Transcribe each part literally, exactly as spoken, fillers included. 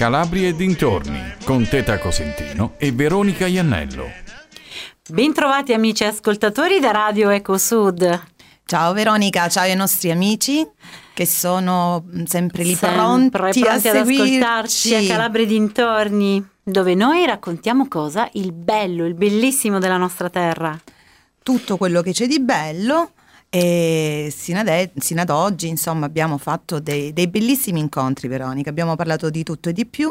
Calabria e dintorni, con Teta Cosentino e Veronica Iannello. Bentrovati amici ascoltatori da Radio Ecosud. Ciao Veronica, ciao ai nostri amici che sono sempre lì sempre pronti, pronti a ad seguirci ascoltarci a Calabria e dintorni, dove noi raccontiamo cosa? Il bello, il bellissimo della nostra terra. Tutto quello che c'è di bello. E sino ad, sino ad oggi insomma abbiamo fatto dei, dei bellissimi incontri, Veronica, abbiamo parlato di tutto e di più.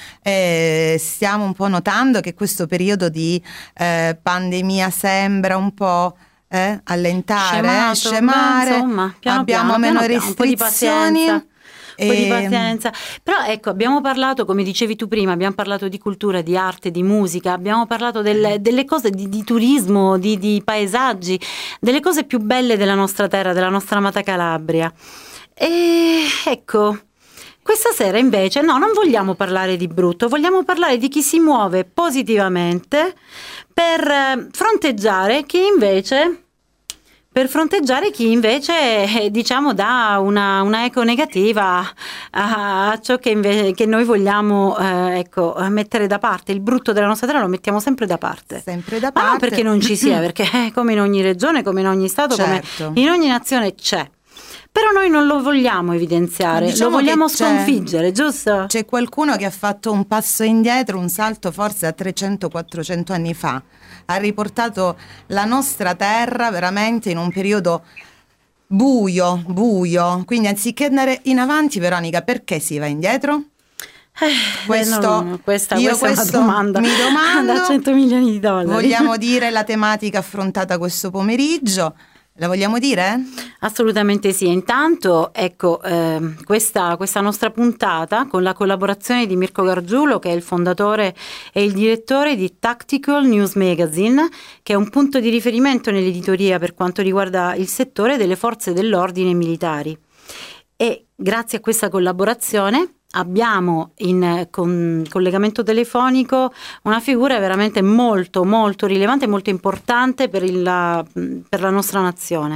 E stiamo un po' notando che questo periodo di eh, pandemia sembra un po' eh, allentare, Scemato, scemare, beh, insomma, piano abbiamo piano, meno piano piano, un po' di restrizioni. pazienza. Un po' di E... pazienza, però ecco, abbiamo parlato, come dicevi tu prima, abbiamo parlato di cultura, di arte, di musica, abbiamo parlato del, delle cose di, di turismo, di, di paesaggi, delle cose più belle della nostra terra, della nostra amata Calabria. E ecco, questa sera invece no, non vogliamo parlare di brutto, vogliamo parlare di chi si muove positivamente per fronteggiare chi invece... per fronteggiare chi invece diciamo dà una, una eco negativa a, a ciò che, invece, che noi vogliamo eh, ecco, mettere da parte. Il brutto della nostra terra lo mettiamo sempre da parte, sempre da ma parte. non perché non ci sia, perché eh, come in ogni regione, come in ogni stato, certo. come in ogni nazione c'è. Però noi non lo vogliamo evidenziare, diciamo lo vogliamo c'è, sconfiggere, giusto? C'è qualcuno che ha fatto un passo indietro, un salto forse a trecento quattrocento anni fa, ha riportato la nostra terra veramente in un periodo buio, buio. Quindi anziché andare in avanti, Veronica, perché si va indietro? Eh, questo, no, no, questa, io questa questo è una domanda mi domando, da cento milioni di dollari. Vogliamo dire la tematica affrontata questo pomeriggio? La vogliamo dire? Assolutamente sì. Intanto ecco eh, questa, questa nostra puntata con la collaborazione di Mirko Gargiulo, che è il fondatore e il direttore di Tactical News Magazine, che è un punto di riferimento nell'editoria per quanto riguarda il settore delle forze dell'ordine militari. E grazie a questa collaborazione abbiamo in con, collegamento telefonico una figura veramente molto molto rilevante e molto importante per, il, la, per la nostra nazione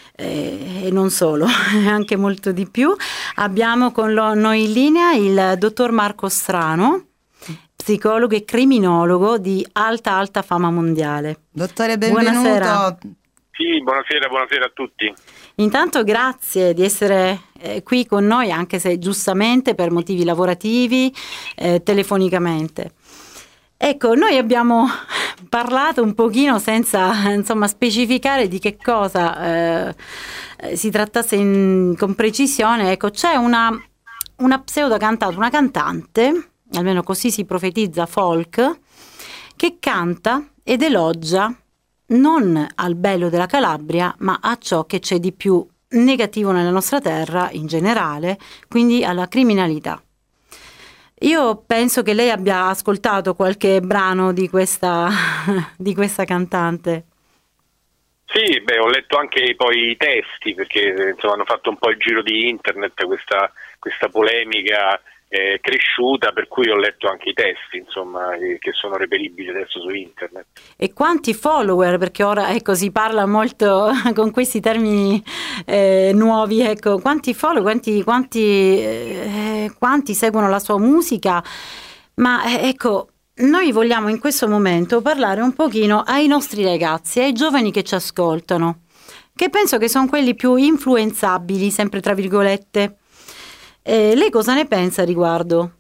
eh, e non solo, anche molto di più. Abbiamo con lo, noi in linea il dottor Marco Strano, psicologo e criminologo di alta alta fama mondiale. Dottore, benvenuto. Buonasera. Sì, buonasera, buonasera a tutti. Intanto grazie di essere eh, qui con noi, anche se giustamente per motivi lavorativi, eh, telefonicamente. Ecco, noi abbiamo parlato un pochino senza insomma specificare di che cosa eh, si trattasse in, con precisione. Ecco, c'è una, una pseudo cantante, una cantante, almeno così si profetizza, folk, che canta ed elogia non al bello della Calabria, ma a ciò che c'è di più negativo nella nostra terra in generale, quindi alla criminalità. Io penso che lei abbia ascoltato qualche brano di questa, di questa cantante. Sì, beh, ho letto anche poi i testi, perché insomma hanno fatto un po' il giro di internet questa, questa polemica eh, cresciuta, per cui ho letto anche i testi, insomma, eh, che sono reperibili adesso su internet. E quanti follower, perché ora ecco si parla molto con questi termini eh, nuovi, ecco, quanti follower, quanti, quanti, eh, quanti seguono la sua musica, ma eh, ecco, noi vogliamo in questo momento parlare un pochino ai nostri ragazzi, ai giovani che ci ascoltano, che penso che sono quelli più influenzabili, sempre tra virgolette. Eh, lei cosa ne pensa a riguardo?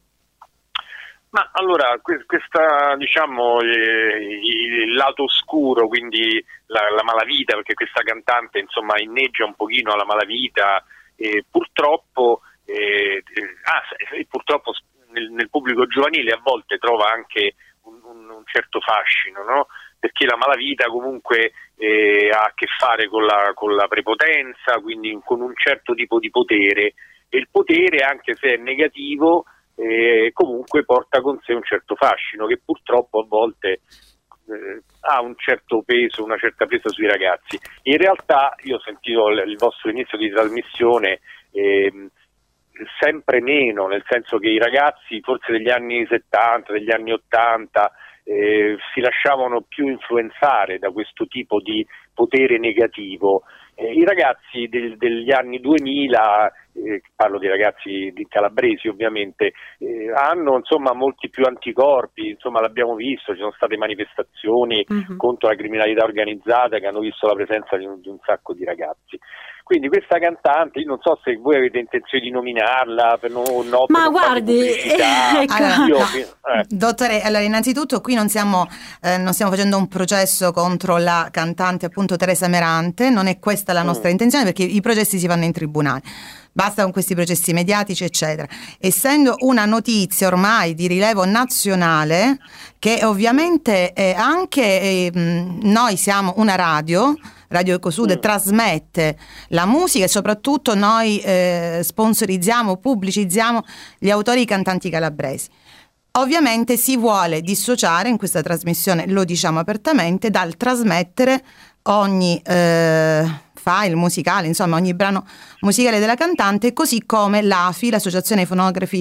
Ma allora, questa, diciamo, eh, il lato oscuro, quindi la, la malavita, perché questa cantante insomma inneggia un pochino alla malavita, e purtroppo, eh, ah, purtroppo nel, nel pubblico giovanile a volte trova anche un, un, un certo fascino, no? Perché la malavita comunque eh, ha a che fare con la, con la prepotenza, quindi con un certo tipo di potere, e il potere, anche se è negativo, eh, comunque porta con sé un certo fascino che purtroppo a volte eh, ha un certo peso, una certa presa sui ragazzi. In realtà io ho sentito il vostro inizio di trasmissione, eh, sempre meno, nel senso che i ragazzi forse degli anni settanta, degli anni ottanta eh, si lasciavano più influenzare da questo tipo di potere negativo. Eh, I ragazzi del, degli anni duemila, eh, parlo di ragazzi di calabresi ovviamente, eh, hanno insomma molti più anticorpi, insomma l'abbiamo visto, ci sono state manifestazioni mm-hmm. contro la criminalità organizzata che hanno visto la presenza di un, di un sacco di ragazzi. Quindi questa cantante, io non so se voi avete intenzione di nominarla per no, no ma per guardi, ecco. allora, io, no. eh. Dottore, allora innanzitutto qui non stiamo, eh, non stiamo facendo un processo contro la cantante appunto Teresa Merante, non è questa la nostra mm. intenzione, perché i processi si fanno in tribunale. Basta con questi processi mediatici, eccetera. Essendo una notizia ormai di rilevo nazionale, che ovviamente eh, anche eh, noi siamo una radio, Radio Ecosud mm. trasmette la musica e soprattutto noi eh, sponsorizziamo, pubblicizziamo gli autori e i cantanti calabresi. Ovviamente si vuole dissociare in questa trasmissione, lo diciamo apertamente, dal trasmettere ogni eh, file musicale, insomma ogni brano musicale della cantante, così come l'A F I, l'Associazione Fonografi,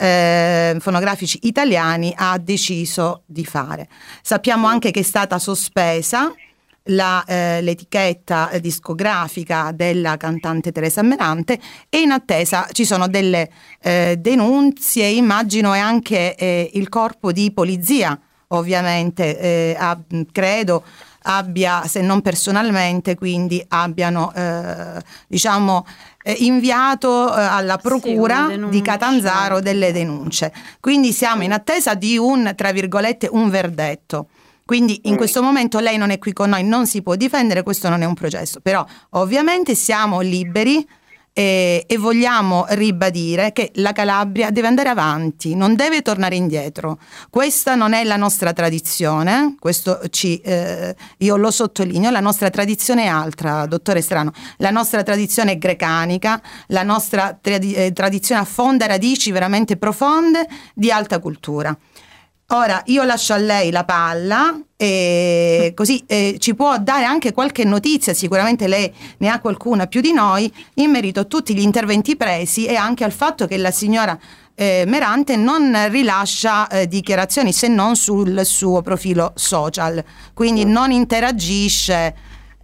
eh, Fonografici Italiani, ha deciso di fare. Sappiamo anche che è stata sospesa La, eh, l'etichetta discografica della cantante Teresa Merante, e in attesa ci sono delle eh, denunzie, immagino, e anche eh, il corpo di polizia ovviamente eh, ha, credo abbia, se non personalmente, quindi abbiano eh, diciamo eh, inviato eh, alla procura sì, di Catanzaro delle denunce, quindi siamo in attesa di un, tra virgolette, un verdetto. Quindi in questo momento lei non è qui con noi, non si può difendere, questo non è un processo, però ovviamente siamo liberi e, e vogliamo ribadire che la Calabria deve andare avanti, non deve tornare indietro. Questa non è la nostra tradizione, questo ci, eh, io lo sottolineo, la nostra tradizione è altra, dottore Strano, la nostra tradizione è grecanica, la nostra tradi- eh, tradizione affonda radici veramente profonde di alta cultura. Ora io lascio a lei la palla e così eh, ci può dare anche qualche notizia, sicuramente lei ne ha qualcuna più di noi, in merito a tutti gli interventi presi e anche al fatto che la signora eh, Merante non rilascia eh, dichiarazioni se non sul suo profilo social, quindi non interagisce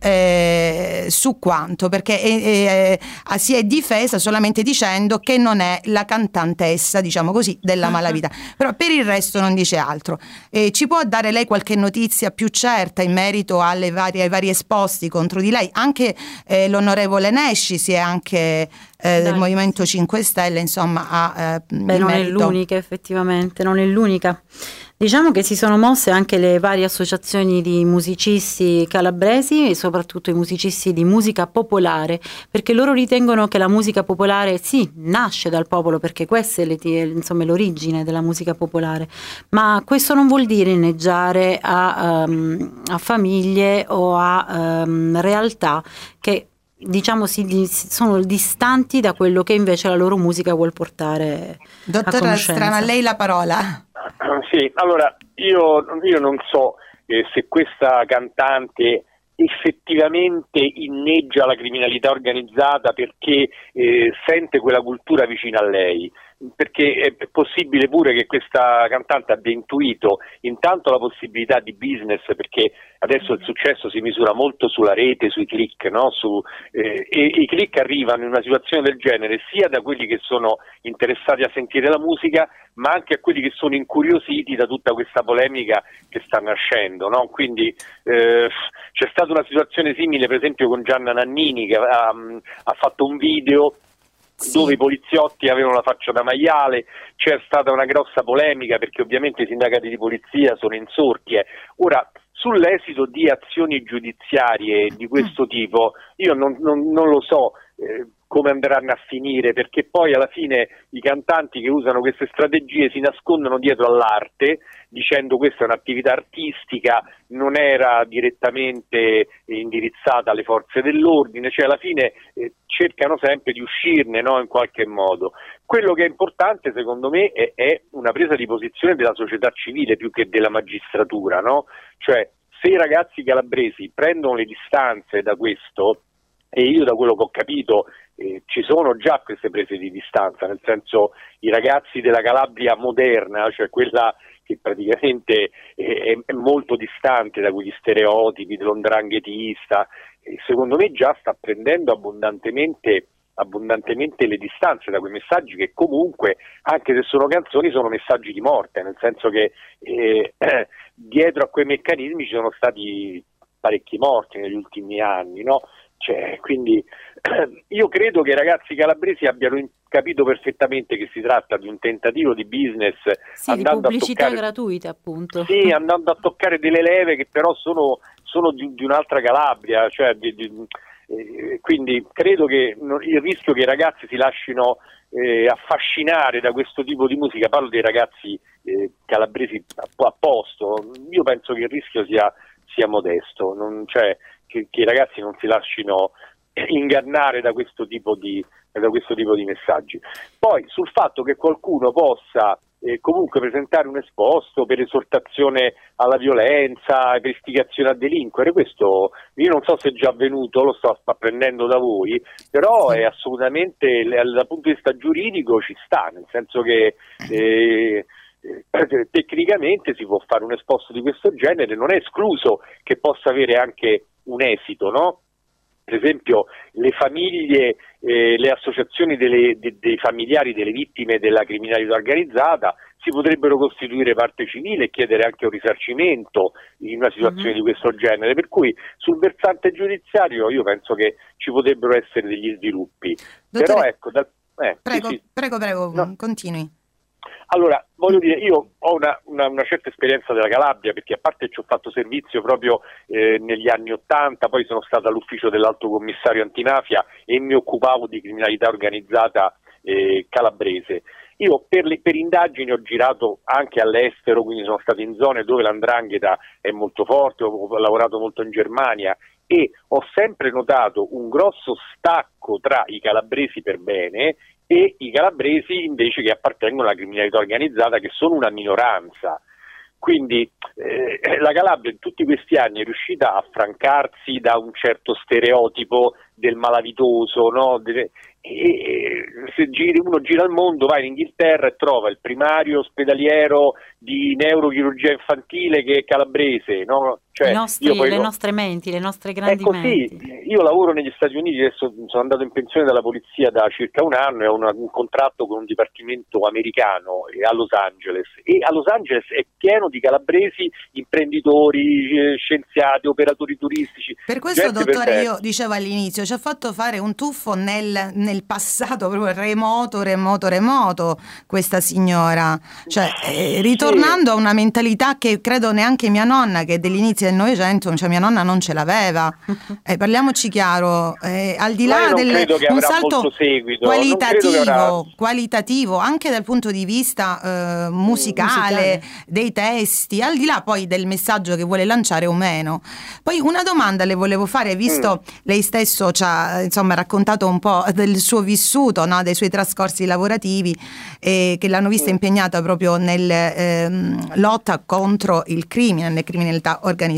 Eh, su quanto, perché eh, eh, si è difesa solamente dicendo che non è la cantantessa, diciamo così, della malavita, però per il resto non dice altro. Eh, ci può dare lei qualche notizia più certa in merito alle varie, ai vari esposti contro di lei? Anche eh, l'onorevole Nesci si è anche eh, del Movimento cinque Stelle, insomma, ha eh, Beh, non merito... è l'unica, effettivamente, non è l'unica. Diciamo che si sono mosse anche le varie associazioni di musicisti calabresi e soprattutto i musicisti di musica popolare, perché loro ritengono che la musica popolare sì, nasce dal popolo, perché questa è le, insomma, l'origine della musica popolare, ma questo non vuol dire inneggiare a, um, a famiglie o a um, realtà che diciamo si, sono distanti da quello che invece la loro musica vuol portare. Dottora Strano, a lei la parola. Sì, allora io, io non so eh, se questa cantante effettivamente inneggia la criminalità organizzata perché eh, sente quella cultura vicina a lei, perché è possibile pure che questa cantante abbia intuito intanto la possibilità di business, perché adesso il successo si misura molto sulla rete, sui click, no? Su, eh, e i click arrivano in una situazione del genere sia da quelli che sono interessati a sentire la musica, ma anche a quelli che sono incuriositi da tutta questa polemica che sta nascendo, no? Quindi eh, c'è stata una situazione simile per esempio con Gianna Nannini che ha, ha fatto un video sì. dove i poliziotti avevano la faccia da maiale, c'è stata una grossa polemica perché ovviamente i sindacati di polizia sono insorti. Eh. Ora, sull'esito di azioni giudiziarie di questo tipo, io non, non, non lo so eh, come andranno a finire, perché poi alla fine i cantanti che usano queste strategie si nascondono dietro all'arte dicendo questa è un'attività artistica, non era direttamente indirizzata alle forze dell'ordine, cioè alla fine eh, cercano sempre di uscirne, no, in qualche modo. Quello che è importante secondo me è, è una presa di posizione della società civile più che della magistratura, no? Cioè se i ragazzi calabresi prendono le distanze da questo, e io da quello che ho capito eh, ci sono già queste prese di distanza, nel senso i ragazzi della Calabria moderna, cioè quella che praticamente è, è molto distante da quegli stereotipi dell'ondranghetista, e secondo me già sta prendendo abbondantemente abbondantemente le distanze da quei messaggi che comunque, anche se sono canzoni, sono messaggi di morte, nel senso che eh, eh, dietro a quei meccanismi ci sono stati parecchi morti negli ultimi anni, no? Cioè, quindi eh, io credo che i ragazzi calabresi abbiano in- capito perfettamente che si tratta di un tentativo di business, Sì, di andando pubblicità a toccare, gratuita, appunto. sì, andando a toccare delle leve che però sono, sono di, di un'altra Calabria, cioè di, di, eh, quindi credo che non, il rischio che i ragazzi si lascino eh, affascinare da questo tipo di musica, parlo dei ragazzi eh, calabresi a, a posto, io penso che il rischio sia, sia modesto, non, cioè che, che i ragazzi non si lascino ingannare da questo tipo di da questo tipo di messaggi. Poi sul fatto che qualcuno possa eh, comunque presentare un esposto per esortazione alla violenza, per istigazione a delinquere, questo io non so se è già avvenuto, lo sto apprendendo da voi, però Sì. è assolutamente, dal punto di vista giuridico ci sta, nel senso che eh, eh, tecnicamente si può fare un esposto di questo genere, non è escluso che possa avere anche un esito, no? Per esempio le famiglie, eh, le associazioni delle, de, dei familiari delle vittime della criminalità organizzata si potrebbero costituire parte civile e chiedere anche un risarcimento in una situazione mm-hmm. di questo genere, per cui sul versante giudiziario io penso che ci potrebbero essere degli sviluppi. Dottore, però ecco, dal, eh, prego, sì, sì. prego, prego, No. continui. Allora, voglio dire, io ho una, una, una certa esperienza della Calabria, perché a parte ci ho fatto servizio proprio eh, negli anni Ottanta, poi sono stato all'ufficio dell'Alto Commissario Antimafia e mi occupavo di criminalità organizzata eh, calabrese. Io per, le, per indagini ho girato anche all'estero, quindi sono stato in zone dove l'andrangheta è molto forte, ho, ho lavorato molto in Germania e ho sempre notato un grosso stacco tra i calabresi per bene e i calabresi invece che appartengono alla criminalità organizzata, che sono una minoranza. Quindi eh, la Calabria in tutti questi anni è riuscita a francarsi da un certo stereotipo del malavitoso, no? De- e se giri, uno gira al mondo, va in Inghilterra e trova il primario ospedaliero di neurochirurgia infantile che è calabrese, no? Cioè, I nostri, io poi le lo... nostre menti, le nostre grandi è così. menti. Io lavoro negli Stati Uniti, adesso sono andato in pensione dalla polizia da circa un anno e ho una, un contratto con un dipartimento americano a Los Angeles, e a Los Angeles è pieno di calabresi, imprenditori, eh, scienziati, operatori turistici. Per questo, dottore, perfetta. io dicevo all'inizio, ci ha fatto fare un tuffo nel, nel passato proprio remoto, remoto, remoto questa signora, cioè eh, ritornando sì. a una mentalità che credo neanche mia nonna, che è dell'inizio del Novecento, cioè mia nonna non ce l'aveva. Eh, parliamoci chiaro, eh, al di là del un salto seguito, qualitativo, avrà... qualitativo anche dal punto di vista eh, musicale, musicale, dei testi, al di là poi del messaggio che vuole lanciare o meno. Poi una domanda le volevo fare, visto mm. lei stesso ci ha insomma raccontato un po' del suo vissuto, no? Dei suoi trascorsi lavorativi eh, che l'hanno vista mm. impegnata proprio nel ehm, lotta contro il crimine, le criminalità organizzate.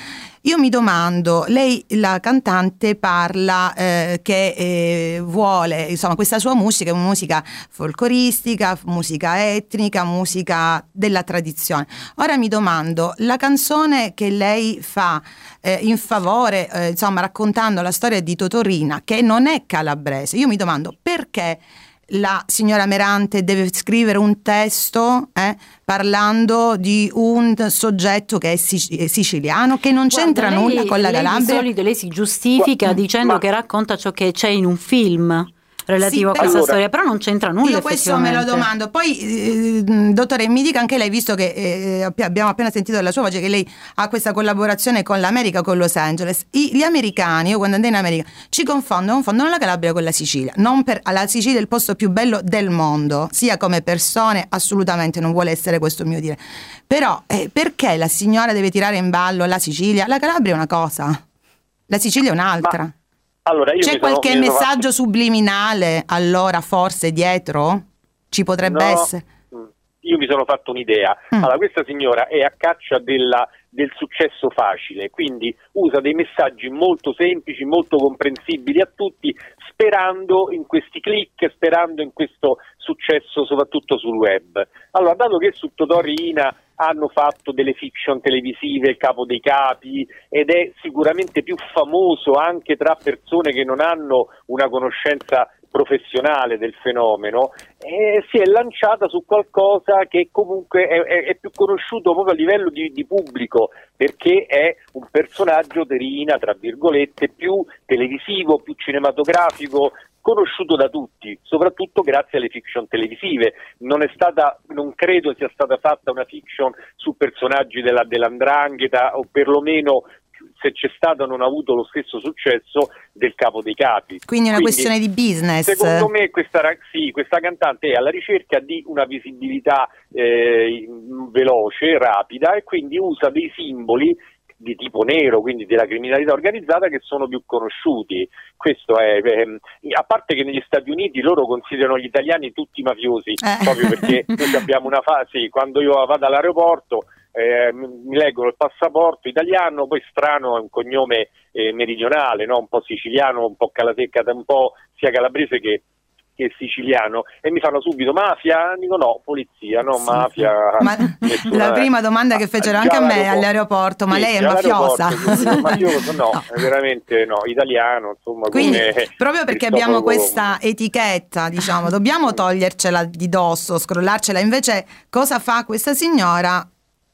Io mi domando, lei, la cantante, parla eh, che eh, vuole, insomma, questa sua musica è una musica folcloristica, musica etnica, musica della tradizione. Ora mi domando, la canzone che lei fa eh, in favore, eh, insomma, raccontando la storia di Totorina, che non è calabrese, io mi domando perché la signora Merante deve scrivere un testo eh, parlando di un soggetto che è siciliano, che non Guarda, c'entra lei, nulla con la lei Calabria. Di solito lei si giustifica Ma, dicendo ma... che racconta ciò che c'è in un film relativo sì, a questa allora, storia, però non c'entra nulla. Io questo me lo domando. Poi, eh, dottore, mi dica anche lei, visto che eh, abbiamo appena sentito dalla sua voce che lei ha questa collaborazione con l'America, con Los Angeles. I, gli americani, io quando andai in America, ci confondono, confondono la Calabria con la Sicilia. Non per, la Sicilia è il posto più bello del mondo, sia come persone, assolutamente non vuole essere questo mio dire. Però, eh, perché la signora deve tirare in ballo la Sicilia? La Calabria è una cosa, la Sicilia è un'altra. Ma... Allora, io c'è qualche sono, messaggio fatto... subliminale allora forse dietro? Ci potrebbe no, essere? Io mi sono fatto un'idea. Mm. Allora, questa signora è a caccia della, del successo facile, quindi usa dei messaggi molto semplici, molto comprensibili a tutti, sperando in questi click, sperando in questo successo soprattutto sul web. Allora, dato che su Totorina hanno fatto delle fiction televisive, il Capo dei Capi, ed è sicuramente più famoso anche tra persone che non hanno una conoscenza professionale del fenomeno, eh, si è lanciata su qualcosa che comunque è, è, è più conosciuto proprio a livello di, di pubblico, perché è un personaggio Terina, tra virgolette, più televisivo, più cinematografico, conosciuto da tutti, soprattutto grazie alle fiction televisive. Non è stata, non credo sia stata fatta una fiction su personaggi della, dell'Andrangheta, o perlomeno, se c'è stato, non ha avuto lo stesso successo del Capo dei Capi. Quindi è una Quindi, questione di business. Secondo me questa, sì, questa cantante è alla ricerca di una visibilità eh, veloce, rapida, e quindi usa dei simboli di tipo nero, quindi della criminalità organizzata, che sono più conosciuti. Questo è, eh, a parte che negli Stati Uniti loro considerano gli italiani tutti mafiosi, eh. proprio perché noi abbiamo una fase, quando io vado all'aeroporto eh, mi leggono il passaporto italiano, poi strano è un cognome eh, meridionale, no? Un po' siciliano, un po' calatecca, un po' sia calabrese che che è siciliano, e mi fanno subito mafia, dico no, polizia, no, sì, mafia. Ma nessuna, la prima domanda che fecero già anche a me all'aeroporto, all'aeroporto, ma sì, lei è mafiosa? Mafioso no, no, veramente no, italiano, insomma. Quindi come proprio perché Cristoforo abbiamo questa etichetta, diciamo, dobbiamo togliercela di dosso, scrollarcela, invece cosa fa questa signora?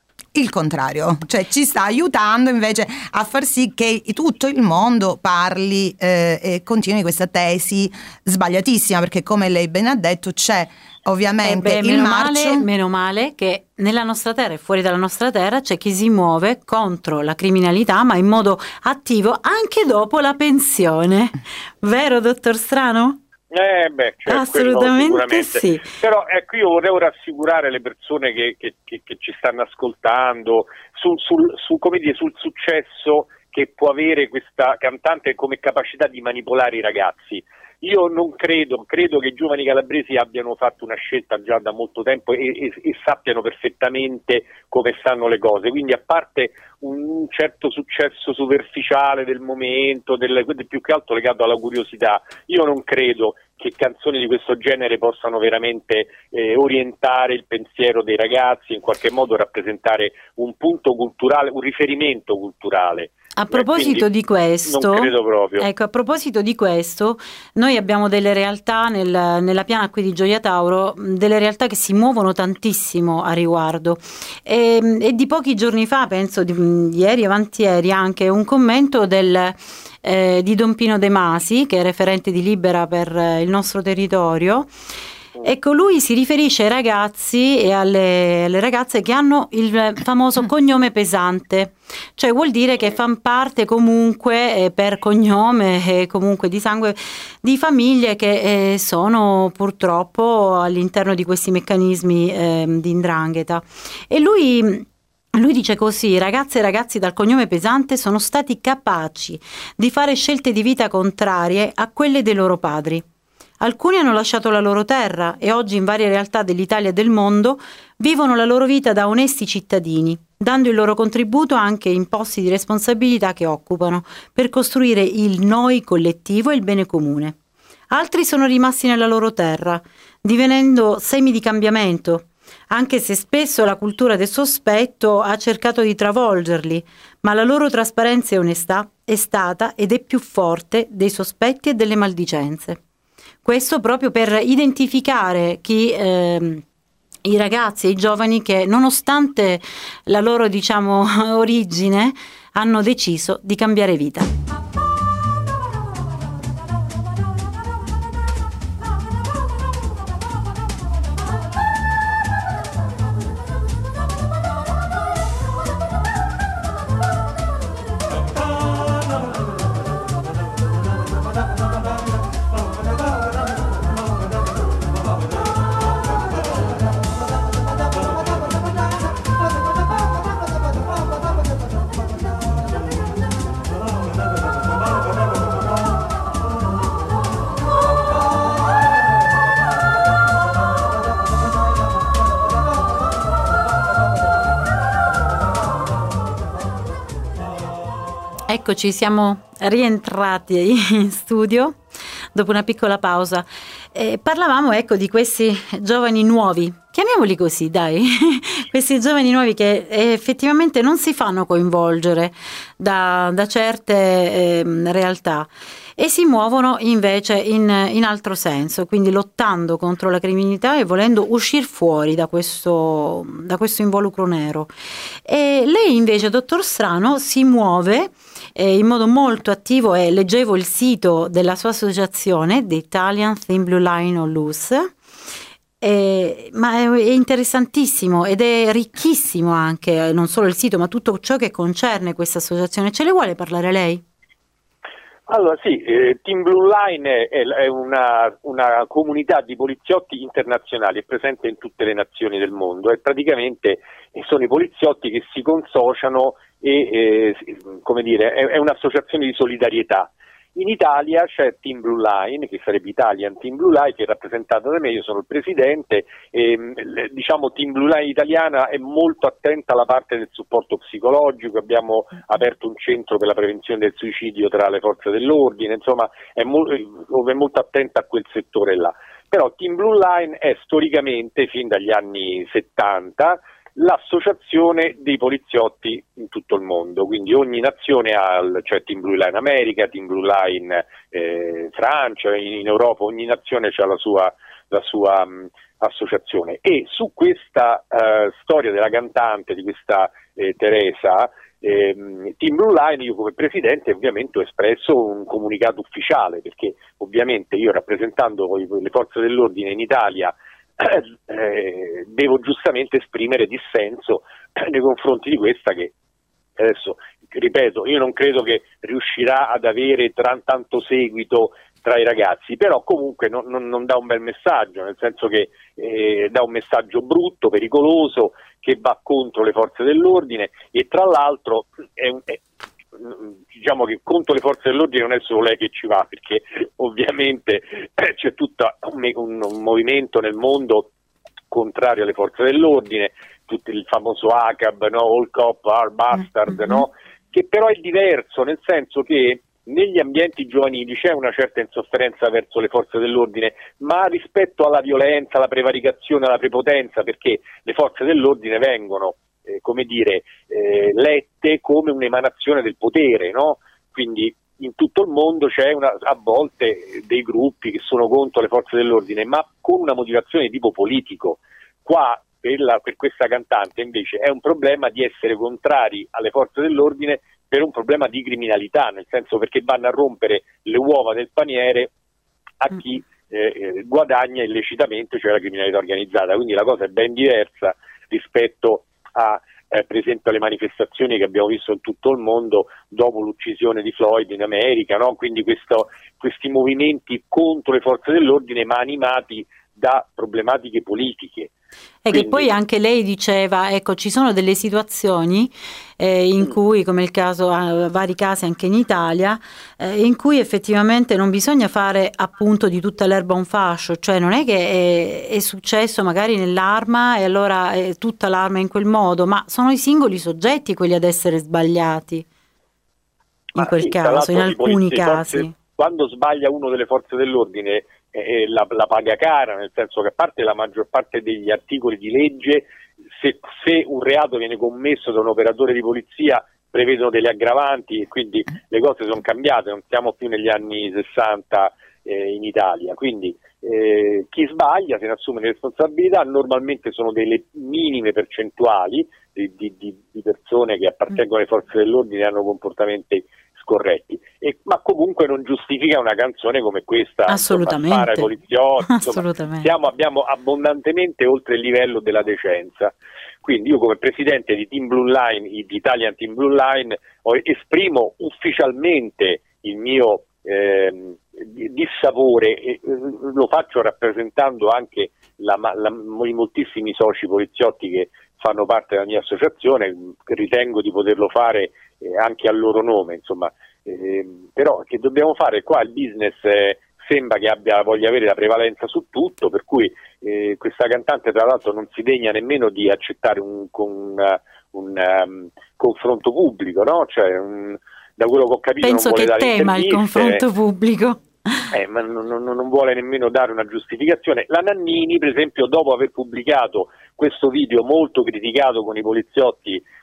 Il contrario, cioè ci sta aiutando invece a far sì che tutto il mondo parli eh, e continui questa tesi sbagliatissima, perché come lei ben ha detto c'è ovviamente eh beh, il meno marcio. Male, meno male che nella nostra terra e fuori dalla nostra terra c'è chi si muove contro la criminalità, ma in modo attivo anche dopo la pensione. Vero, dottor Strano? Eh beh, cioè, assolutamente sì. Però ecco, io vorrei rassicurare le persone che, che, che, che ci stanno ascoltando sul, sul, su, come dire, sul successo che può avere questa cantante come capacità di manipolare i ragazzi. Io non credo, credo che i giovani calabresi abbiano fatto una scelta già da molto tempo e, e, e sappiano perfettamente come stanno le cose, quindi a parte un certo successo superficiale del momento, del, più che altro legato alla curiosità, io non credo che canzoni di questo genere possano veramente eh, orientare il pensiero dei ragazzi, in qualche modo rappresentare un punto culturale, un riferimento culturale. A proposito di questo, non credo proprio. Ecco, a proposito di questo, noi abbiamo delle realtà nel, nella piana qui di Gioia Tauro, delle realtà che si muovono tantissimo a riguardo. E, e di pochi giorni fa, penso di, ieri, avanti ieri, anche un commento del, eh, di Don Pino De Masi, che è referente di Libera per eh, il nostro territorio. Ecco, lui si riferisce ai ragazzi e alle, alle ragazze che hanno il famoso cognome pesante, cioè vuol dire che fanno parte comunque eh, per cognome e eh, comunque di sangue di famiglie che eh, sono purtroppo all'interno di questi meccanismi eh, di 'ndrangheta. E lui... Lui dice così: ragazze e ragazzi dal cognome pesante sono stati capaci di fare scelte di vita contrarie a quelle dei loro padri. Alcuni hanno lasciato la loro terra e oggi in varie realtà dell'Italia e del mondo vivono la loro vita da onesti cittadini, dando il loro contributo anche in posti di responsabilità che occupano, per costruire il noi collettivo e il bene comune. Altri sono rimasti nella loro terra, divenendo semi di cambiamento, anche se spesso la cultura del sospetto ha cercato di travolgerli, ma la loro trasparenza e onestà è stata ed è più forte dei sospetti e delle maldicenze. Questo proprio per identificare chi, eh, i ragazzi e i giovani che, nonostante la loro, diciamo, origine, hanno deciso di cambiare vita. Eccoci, siamo rientrati in studio dopo una piccola pausa. Eh, parlavamo ecco di questi giovani nuovi, chiamiamoli così, dai, questi giovani nuovi che effettivamente non si fanno coinvolgere da, da certe eh, realtà. e si muovono invece in, in altro senso, quindi lottando contro la criminalità e volendo uscire fuori da questo, da questo involucro nero. E lei invece, dottor Strano, si muove eh, in modo molto attivo, e leggevo il sito della sua associazione, The Italian Thin Blue Line on Loose. Eh, ma è, è interessantissimo ed è ricchissimo anche, non solo il sito, ma tutto ciò che concerne questa associazione. Ce ne vuole parlare lei? Allora sì, eh, Thin Blue Line è, è una, una comunità di poliziotti internazionali, è presente in tutte le nazioni del mondo, e praticamente sono i poliziotti che si consociano e eh, come dire, è, è un'associazione di solidarietà. In Italia c'è Thin Blue Line, che sarebbe Italian Thin Blue Line, che è rappresentata da me, io sono il presidente, e diciamo Thin Blue Line italiana è molto attenta alla parte del supporto psicologico, abbiamo aperto un centro per la prevenzione del suicidio tra le forze dell'ordine, insomma è, mo- è molto attenta a quel settore là. Però Thin Blue Line è storicamente, fin dagli anni settanta, l'associazione dei poliziotti in tutto il mondo, quindi ogni nazione ha, cioè Thin Blue Line America, Thin Blue Line eh, Francia, in, in Europa ogni nazione ha la sua, la sua mh, associazione, e su questa uh, storia della cantante, di questa eh, Teresa, ehm, Thin Blue Line, io come presidente ovviamente ho espresso un comunicato ufficiale, perché ovviamente io, rappresentando le forze dell'ordine in Italia, Eh, devo giustamente esprimere dissenso nei confronti di questa, che adesso, ripeto, io non credo che riuscirà ad avere tra, tanto seguito tra i ragazzi, però comunque non, non, non dà un bel messaggio, nel senso che eh, dà un messaggio brutto, pericoloso, che va contro le forze dell'ordine, e tra l'altro è un, è, diciamo che contro le forze dell'ordine non è solo lei che ci va, perché ovviamente eh, c'è tutto un, un, un movimento nel mondo contrario alle forze dell'ordine, tutto il famoso A C A B, no? All Cop, Are Bastard, mm-hmm. no? Che però è diverso, nel senso che negli ambienti giovanili c'è una certa insofferenza verso le forze dell'ordine, ma rispetto alla violenza, alla prevaricazione, alla prepotenza, perché le forze dell'ordine vengono Eh, come dire, eh, lette come un'emanazione del potere, no? Quindi in tutto il mondo c'è una, a volte dei gruppi che sono contro le forze dell'ordine, ma con una motivazione di tipo politico. Qua per, la, per questa cantante invece è un problema di essere contrari alle forze dell'ordine per un problema di criminalità, nel senso perché vanno a rompere le uova del paniere a chi eh, guadagna illecitamente, cioè la criminalità organizzata. Quindi la cosa è ben diversa rispetto a eh, per esempio le manifestazioni che abbiamo visto in tutto il mondo dopo l'uccisione di Floyd in America, no? Quindi questo, questi movimenti contro le forze dell'ordine, ma animati da problematiche politiche. E Quindi... che poi anche lei diceva, ecco, ci sono delle situazioni eh, in mm. cui, come il caso, eh, vari casi anche in Italia, eh, in cui effettivamente non bisogna fare appunto di tutta l'erba un fascio, cioè non è che è, è successo magari nell'arma e allora è tutta l'arma in quel modo, ma sono i singoli soggetti quelli ad essere sbagliati in ma quel sì, caso, in alcuni casi. Forze, quando sbaglia uno delle forze dell'ordine, Eh, la, la paga cara, nel senso che a parte la maggior parte degli articoli di legge, se, se un reato viene commesso da un operatore di polizia prevedono delle aggravanti, e quindi le cose sono cambiate, non siamo più negli anni sessanta eh, in Italia, quindi eh, chi sbaglia se ne assume le responsabilità, normalmente sono delle minime percentuali di, di, di, di persone che appartengono alle forze dell'ordine e hanno comportamenti corretti, e, ma comunque non giustifica una canzone come questa, assolutamente, insomma, fare poliziotti, assolutamente. Insomma, siamo, abbiamo abbondantemente oltre il livello della decenza. Quindi io come presidente di Thin Blue Line, di Italian Thin Blue Line, ho, esprimo ufficialmente il mio eh, dissapore, e lo faccio rappresentando anche la, la, i moltissimi soci poliziotti che fanno parte della mia associazione, ritengo di poterlo fare eh, anche al loro nome, insomma, eh, però che dobbiamo fare qua, il business eh, sembra che abbia voglia avere la prevalenza su tutto, per cui eh, questa cantante tra l'altro non si degna nemmeno di accettare un, un, un um, confronto pubblico, no? Cioè, un, da quello che ho capito penso non vuole che dare tema il confronto pubblico. Eh, ma non, non, non vuole nemmeno dare una giustificazione. La Nannini, per esempio, dopo aver pubblicato questo video molto criticato con i poliziotti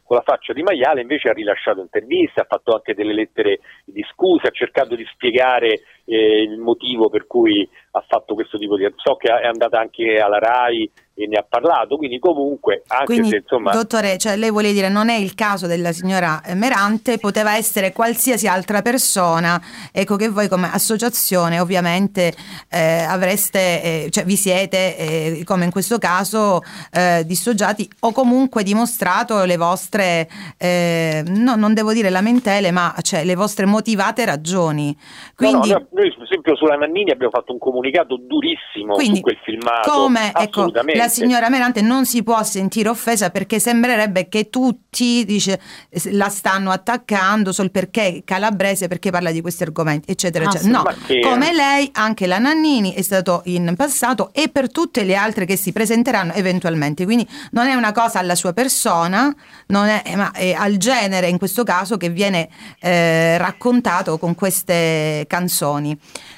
con la faccia di maiale, invece ha rilasciato interviste, ha fatto anche delle lettere di scusa, ha cercato di spiegare eh, il motivo per cui ha fatto questo tipo di... So che è andata anche alla RAI e ne ha parlato, quindi comunque anche quindi, se insomma... Dottore, cioè lei vuole dire non è il caso della signora Merante, poteva essere qualsiasi altra persona, ecco, che voi come associazione ovviamente eh, avreste, eh, cioè vi siete eh, come in questo caso eh, dissociati o comunque dimostrato le vostre, eh, no, non devo dire lamentele, ma cioè le vostre motivate ragioni. Quindi, no, no, noi per esempio sulla Nannini abbiamo fatto un comunicato durissimo quindi, su quel filmato, come ecco, assolutamente. La signora Merante non si può sentire offesa perché sembrerebbe che tutti dice, la stanno attaccando solo perché calabrese, perché parla di questi argomenti, eccetera, eccetera. No, che... come lei, anche la Nannini è stato in passato e per tutte le altre che si presenteranno eventualmente. Quindi non è una cosa alla sua persona, non è, ma è al genere in questo caso che viene eh, raccontato con queste canzoni.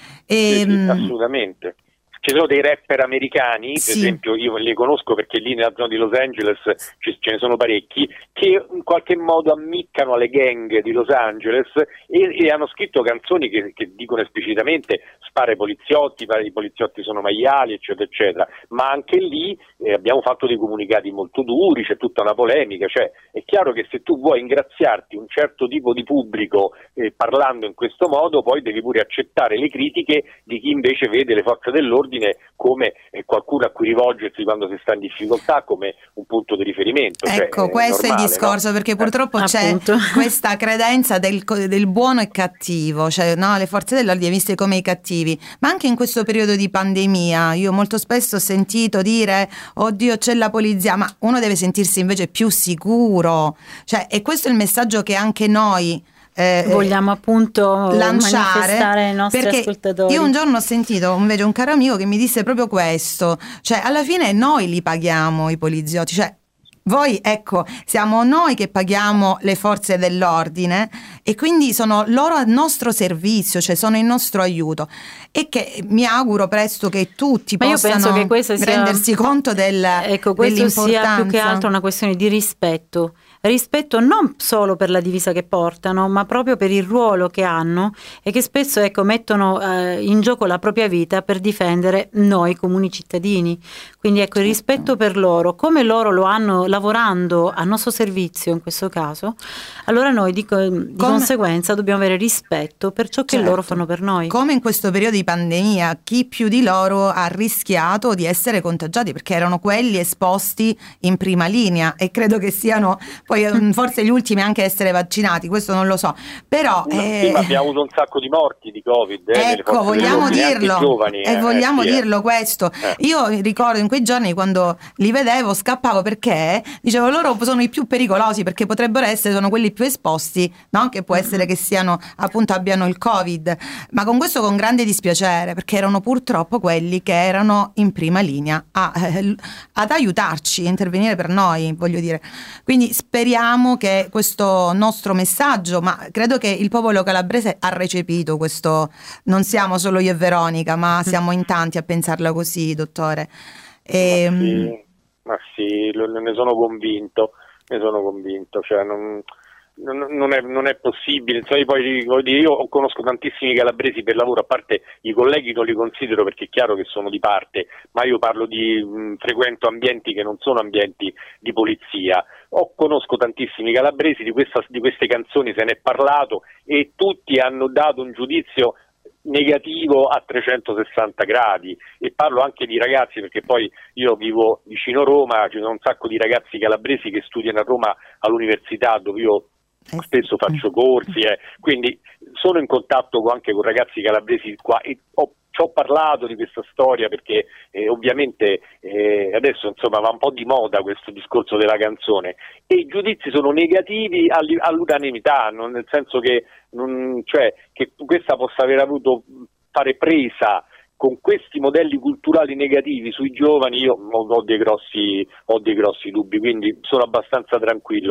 E, sì, sì, assolutamente. Ci sono dei rapper americani, per sì. esempio io li conosco perché lì nella zona di Los Angeles ce ne sono parecchi, che in qualche modo ammiccano alle gang di Los Angeles e, e hanno scritto canzoni che, che dicono esplicitamente spara ai poliziotti, i poliziotti sono maiali, eccetera, eccetera. Ma anche lì eh, abbiamo fatto dei comunicati molto duri, c'è tutta una polemica, cioè è chiaro che se tu vuoi ingraziarti un certo tipo di pubblico eh, parlando in questo modo, poi devi pure accettare le critiche di chi invece vede le forze dell'ordine come qualcuno a cui rivolgersi quando si sta in difficoltà, come un punto di riferimento. Ecco, cioè, questo è, normale, è il discorso, no? perché purtroppo eh, c'è appunto. questa credenza del, del buono e cattivo, cioè no, le forze dell'ordine viste come i cattivi, ma anche in questo periodo di pandemia io molto spesso ho sentito dire oddio c'è la polizia, ma uno deve sentirsi invece più sicuro, cioè, e questo è il messaggio che anche noi Eh, vogliamo appunto lanciare, manifestare ai nostri perché ascoltatori. Io un giorno ho sentito invece un caro amico che mi disse proprio questo, cioè alla fine noi li paghiamo i poliziotti, cioè voi, ecco, siamo noi che paghiamo le forze dell'ordine e quindi sono loro al nostro servizio, cioè sono il nostro aiuto, e che mi auguro presto che tutti Ma io possano penso che questo sia, rendersi conto del, ecco, questo dell'importanza. sia più che altro una questione di rispetto. Rispetto non solo per la divisa che portano, ma proprio per il ruolo che hanno e che spesso ecco, mettono eh, in gioco la propria vita per difendere noi comuni cittadini. Quindi ecco, il rispetto per loro, come loro lo hanno lavorando a nostro servizio in questo caso, allora noi di, di come... conseguenza dobbiamo avere rispetto per ciò che certo. loro fanno per noi. Come in questo periodo di pandemia, chi più di loro ha rischiato di essere contagiati perché erano quelli esposti in prima linea e credo che siano poi forse gli ultimi anche a essere vaccinati, questo non lo so, però eh... sì, ma abbiamo avuto un sacco di morti di Covid, eh, ecco, vogliamo dirlo giovani, e eh, vogliamo sì, dirlo questo eh. Io ricordo in quei giorni quando li vedevo scappavo perché dicevo loro sono i più pericolosi perché potrebbero essere, sono quelli più esposti, no? Che può essere che siano appunto abbiano il Covid, ma con questo con grande dispiacere perché erano purtroppo quelli che erano in prima linea a, eh, ad aiutarci a intervenire per noi, voglio dire, quindi speriamo Speriamo che questo nostro messaggio, ma credo che il popolo calabrese ha recepito questo, non siamo solo io e Veronica, ma siamo in tanti a pensarla così, dottore. E, ma sì, ma sì, ne sono convinto, ne sono convinto, cioè non... Non è, non è possibile, insomma, io, poi, io conosco tantissimi calabresi per lavoro, a parte i colleghi non li considero perché è chiaro che sono di parte, ma io parlo di mh, frequento ambienti che non sono ambienti di polizia. O conosco tantissimi calabresi, di, questa, di queste canzoni se ne è parlato e tutti hanno dato un giudizio negativo a trecentosessanta gradi, e parlo anche di ragazzi perché poi io vivo vicino Roma, ci sono un sacco di ragazzi calabresi che studiano a Roma all'università dove io spesso faccio corsi, eh. Quindi sono in contatto anche con ragazzi calabresi qua e ho, ci ho parlato di questa storia perché eh, ovviamente eh, adesso insomma va un po' di moda questo discorso della canzone e i giudizi sono negativi all'unanimità, non, nel senso che, non, cioè, che questa possa aver avuto fare presa con questi modelli culturali negativi sui giovani, io ho dei grossi, ho dei grossi dubbi, quindi sono abbastanza tranquillo.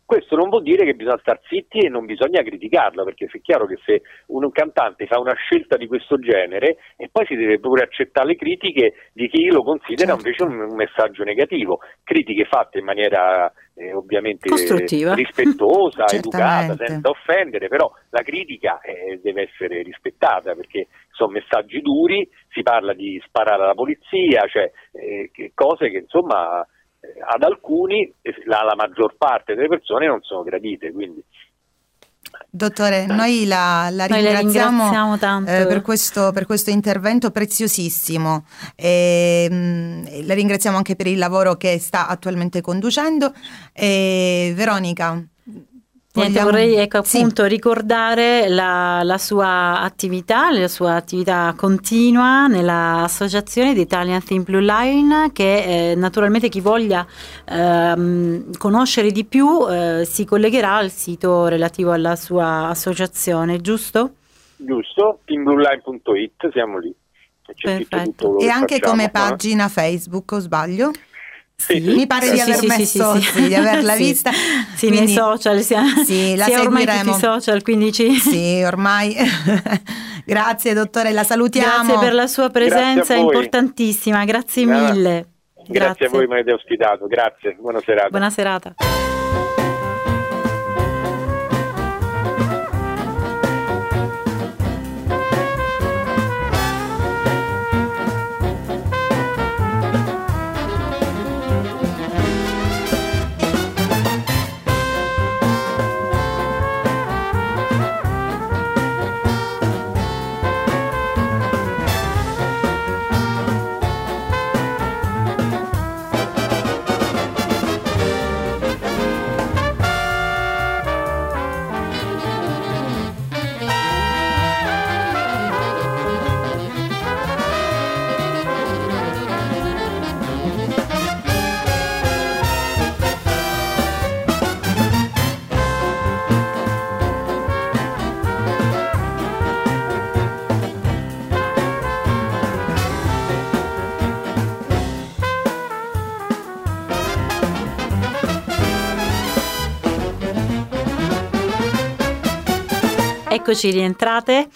Questo non vuol dire che bisogna star zitti e non bisogna criticarlo, perché è chiaro che se un cantante fa una scelta di questo genere e poi si deve pure accettare le critiche di chi lo considera certo. invece un, un messaggio negativo, critiche fatte in maniera eh, ovviamente rispettosa, educata, senza offendere, però la critica eh, deve essere rispettata, perché sono messaggi duri, si parla di sparare alla polizia, cioè eh, cose che insomma ad alcuni, la, la maggior parte delle persone non sono gradite, quindi. Dottore, noi la, la noi ringraziamo, ringraziamo tanto. Eh, per, questo, per questo intervento preziosissimo e, mh, la ringraziamo anche per il lavoro che sta attualmente conducendo. E, Veronica, Niente, vorrei ecco, appunto sì. ricordare la, la sua attività, la sua attività continua nell'associazione di Italian Thin Blue Line, che eh, naturalmente chi voglia eh, conoscere di più eh, si collegherà al sito relativo alla sua associazione, giusto? Giusto, thin blue line punto it, siamo lì. C'è tutto e anche facciamo, come pagina no? Facebook, o sbaglio? Sì, mi pare sì, di aver sì, messo sì, sì. di averla sì. vista sì, quindi, nei social siamo, sì, la siamo ormai seguiremo. tutti social, quindi ci... sì ormai grazie dottore, la salutiamo, grazie per la sua presenza importantissima, grazie no. mille grazie, grazie a voi che mi avete ospitato, grazie, buona serata buona serata. Eccoci rientrate.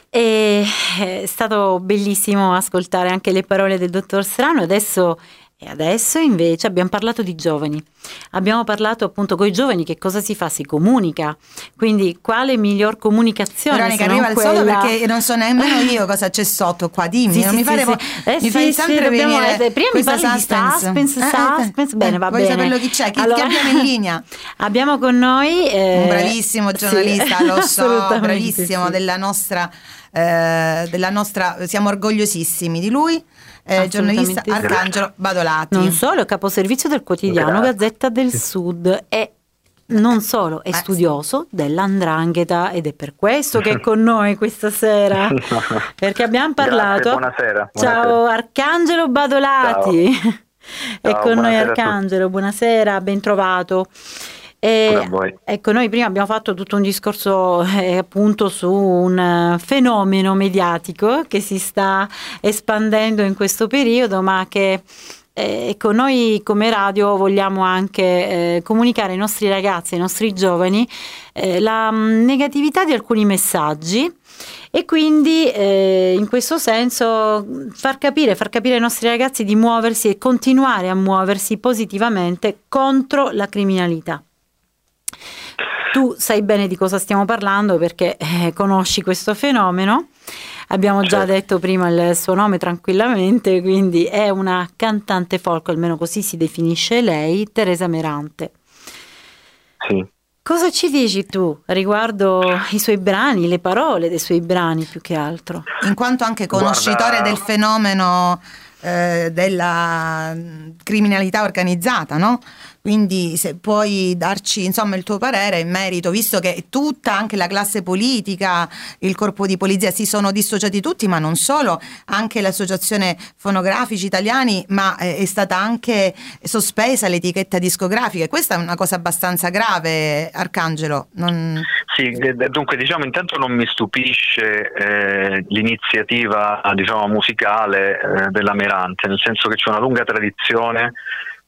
E è stato bellissimo ascoltare anche le parole del dottor Strano. Adesso, e adesso invece abbiamo parlato di giovani, abbiamo parlato appunto con i giovani, che cosa si fa? Si comunica, quindi quale miglior comunicazione? Veronica, arriva al quella... sodo perché non so nemmeno io cosa c'è sotto qua, dimmi, sì, non sì, mi fare sì, po- sì. Eh, mi sì, fai sempre sì, dobbiamo, venire eh, prima mi parli suspense. di suspense, eh, suspense, eh, bene, eh, va voglio bene. saperlo chi c'è, chi, Allora, chi abbiamo in linea? Abbiamo con noi eh, un bravissimo giornalista, sì, lo so, bravissimo, sì. della nostra eh, della nostra, siamo orgogliosissimi di lui. Eh, giornalista sì. Arcangelo Badolati, non solo caposervizio del quotidiano Gazzetta del Sud e non solo è studioso dell'Andrangheta, ed è per questo che è con noi questa sera, perché abbiamo parlato. Grazie, buonasera, buonasera. Ciao Arcangelo Badolati. Ciao. È Ciao, con noi Arcangelo, buonasera, ben trovato. E, ecco, noi prima abbiamo fatto tutto un discorso eh, appunto su un uh, fenomeno mediatico che si sta espandendo in questo periodo, ma che eh, ecco, noi come radio vogliamo anche eh, comunicare ai nostri ragazzi, ai nostri giovani eh, la mh, negatività di alcuni messaggi. E quindi eh, in questo senso far capire, far capire ai nostri ragazzi di muoversi e continuare a muoversi positivamente contro la criminalità. Tu sai bene di cosa stiamo parlando perché eh, conosci questo fenomeno, abbiamo già certo. detto prima il suo nome tranquillamente, quindi è una cantante folk, almeno così si definisce lei, Teresa Merante. Sì. Cosa ci dici tu riguardo i suoi brani, le parole dei suoi brani più che altro? In quanto anche conoscitore Guarda... del fenomeno eh, della criminalità organizzata, no? Quindi se puoi darci insomma il tuo parere in merito, visto che tutta anche la classe politica, il corpo di polizia si sono dissociati tutti, ma non solo, anche l'associazione fonografici italiani, ma è stata anche sospesa l'etichetta discografica. Questa è una cosa abbastanza grave, Arcangelo. Non... Sì, dunque diciamo intanto non mi stupisce eh, l'iniziativa diciamo musicale eh, della Merante, nel senso che c'è una lunga tradizione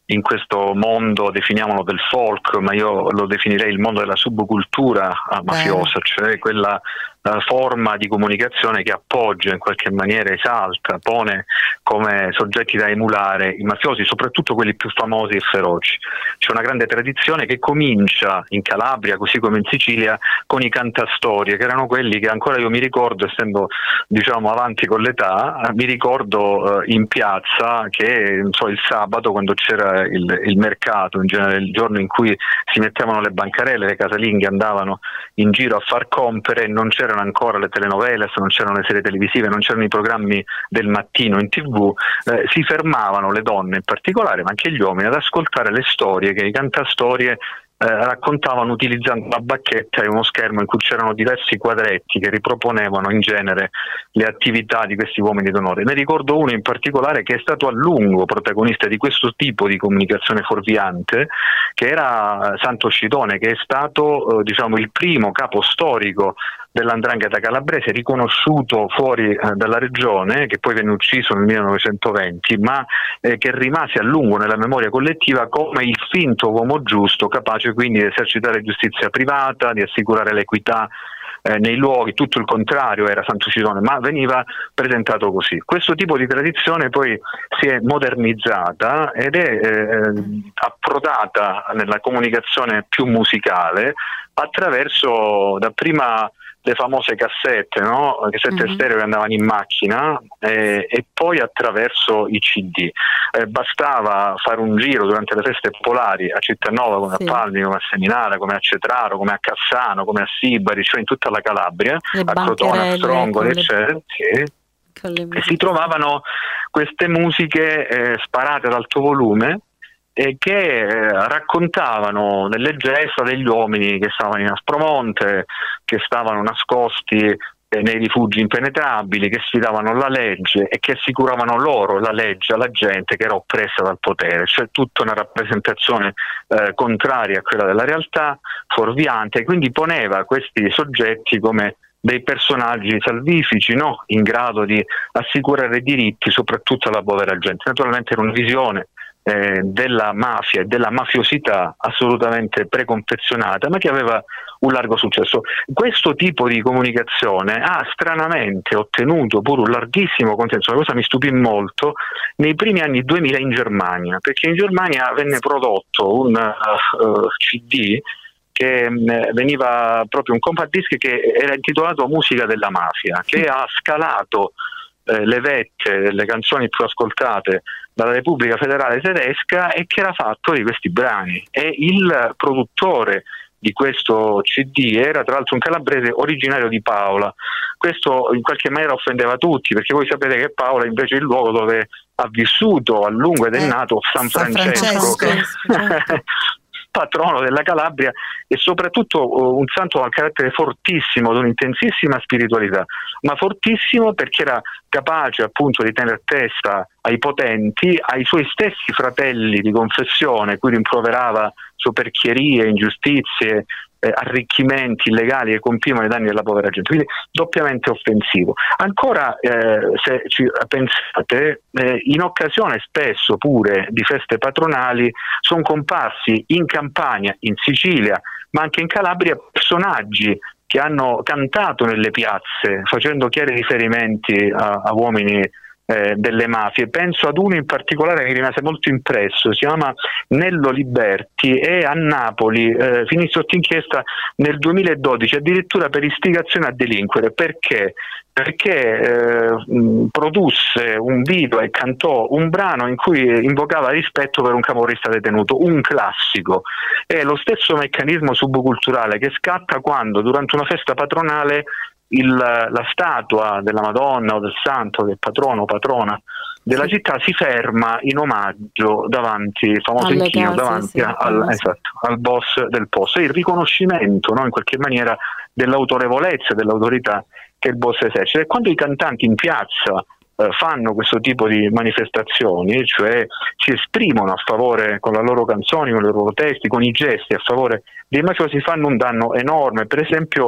in questo mondo, definiamolo del folk, ma io lo definirei il mondo della subcultura mafiosa, cioè quella uh, forma di comunicazione che appoggia, in qualche maniera esalta, pone come soggetti da emulare i mafiosi, soprattutto quelli più famosi e feroci. C'è una grande tradizione che comincia in Calabria, così come in Sicilia, con i cantastorie, che erano quelli che ancora io mi ricordo, essendo diciamo avanti con l'età, mi ricordo uh, in piazza che non so, il sabato, quando c'era Il, il mercato, in genere il giorno in cui si mettevano le bancarelle, le casalinghe andavano in giro a far compere, non c'erano ancora le telenovelas, non c'erano le serie televisive, non c'erano i programmi del mattino in tv, eh, si fermavano le donne in particolare, ma anche gli uomini, ad ascoltare le storie che i cantastorie Eh, raccontavano utilizzando la bacchetta e uno schermo in cui c'erano diversi quadretti che riproponevano in genere le attività di questi uomini d'onore. Ne ricordo uno in particolare che è stato a lungo protagonista di questo tipo di comunicazione fuorviante, che era Santo Scitone, che è stato eh, diciamo il primo capo storico dell'Andrangheta calabrese, riconosciuto fuori eh, dalla regione, che poi venne ucciso nel millenovecentoventi, ma eh, che rimase a lungo nella memoria collettiva come il finto uomo giusto, capace quindi di esercitare giustizia privata, di assicurare l'equità eh, nei luoghi. Tutto il contrario era Santo Scitone, ma veniva presentato così. Questo tipo di tradizione poi si è modernizzata ed è eh, approdata nella comunicazione più musicale attraverso dapprima le famose cassette, no? Cassette mm-hmm. stereo che andavano in macchina eh, e poi attraverso i C D. Eh, bastava fare un giro durante le feste popolari a Cittanova, come sì. a Palmi, come a Seminara, come a Cetraro, come a Cassano, come a Sibari, cioè in tutta la Calabria, le a Crotone, a Strongoli, eccetera, le... che, e si trovavano queste musiche eh, sparate ad alto volume e che eh, raccontavano delle gesta degli uomini che stavano in Aspromonte, che stavano nascosti eh, nei rifugi impenetrabili, che sfidavano la legge e che assicuravano loro la legge alla gente che era oppressa dal potere. Cioè tutta una rappresentazione eh, contraria a quella della realtà, fuorviante, e quindi poneva questi soggetti come dei personaggi salvifici, no? In grado di assicurare diritti soprattutto alla povera gente. Naturalmente era una visione Eh, della mafia e della mafiosità assolutamente preconfezionata, ma che aveva un largo successo. Questo tipo di comunicazione ha stranamente ottenuto pure un larghissimo consenso, una cosa mi stupì molto, nei primi anni duemila in Germania, perché in Germania venne prodotto un uh, C D che mh, veniva proprio un compact disc che era intitolato Musica della mafia, che ha scalato eh, le vette delle canzoni più ascoltate dalla Repubblica Federale Tedesca e che era fatto di questi brani, e il produttore di questo C D era tra l'altro un calabrese originario di Paola. Questo in qualche maniera offendeva tutti, perché voi sapete che Paola invece è il luogo dove ha vissuto a lungo ed è eh, nato San Francesco, San Francesco. Che... patrono della Calabria, e soprattutto uh, un santo dal carattere fortissimo, di un'intensissima spiritualità, ma fortissimo perché era capace appunto di tenere testa ai potenti, ai suoi stessi fratelli di confessione, cui rimproverava soperchierie, ingiustizie, eh, arricchimenti illegali che compivano i danni della povera gente, quindi doppiamente offensivo. Ancora, eh, se ci pensate, eh, in occasione spesso pure di feste patronali sono comparsi in Campania, in Sicilia, ma anche in Calabria, personaggi che hanno cantato nelle piazze facendo chiari riferimenti a, a uomini eh, delle mafie. Penso ad uno in particolare che mi rimase molto impresso, si chiama Nello Liberti, e a Napoli eh, finì sotto inchiesta nel duemiladodici addirittura per istigazione a delinquere. Perché? Perché eh, mh, produsse un video e cantò un brano in cui invocava rispetto per un camorrista detenuto, un classico. È lo stesso meccanismo subculturale che scatta quando durante una festa patronale il, la statua della Madonna o del Santo, del patrono o patrona della città, si ferma in omaggio davanti, il famoso Alle inchino, case, davanti sì, al, esatto, al boss del posto. È il riconoscimento, no, in qualche maniera, dell'autorevolezza, dell'autorità che il boss esercita. E quando i cantanti in piazza eh, fanno questo tipo di manifestazioni, cioè si esprimono a favore, con le loro canzoni, con i loro testi, con i gesti a favore dei mafiosi, fanno un danno enorme. Per esempio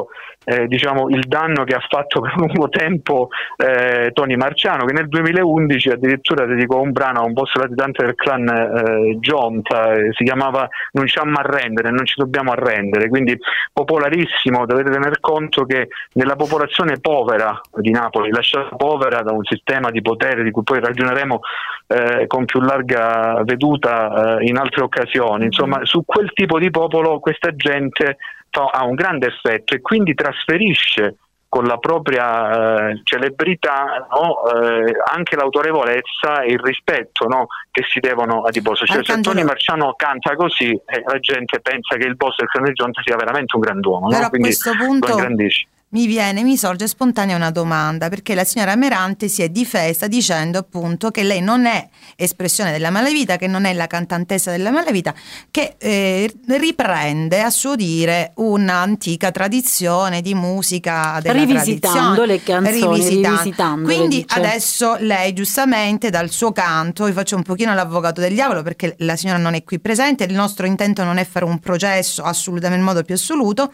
eh, diciamo il danno che ha fatto per lungo tempo eh, Tony Marciano, che nel duemilaundici addirittura dedicò un brano a un boss latitante del clan eh, Gionta, eh, si chiamava Non ci amo arrendere, non ci dobbiamo arrendere, quindi popolarissimo. Dovete tener conto che nella popolazione povera di Napoli, lasciata povera da un sistema di potere di cui poi ragioneremo eh, con più larga veduta eh, in altre occasioni, insomma su quel tipo di popolo questa gente fa, ha un grande effetto e quindi trasferisce con la propria eh, celebrità, no? eh, anche l'autorevolezza e il rispetto, no? che si devono a Adiposo. Cioè, se Tony Marciano canta così, eh, la gente pensa che il boss del clan Gionta sia veramente un granduomo. Però no? a Quindi questo punto lo ingrandisce. Mi viene, mi sorge spontanea una domanda, perché la signora Merante si è difesa dicendo appunto che lei non è espressione della Malavita, che non è la cantantessa della Malavita, che eh, riprende a suo dire un'antica tradizione di musica della rivisitando tradizione, le canzoni, rivisitando. rivisitando, Quindi dice. adesso lei giustamente dal suo canto, io faccio un pochino l'avvocato del diavolo perché la signora non è qui presente, il nostro intento non è fare un processo assolutamente nel modo più assoluto.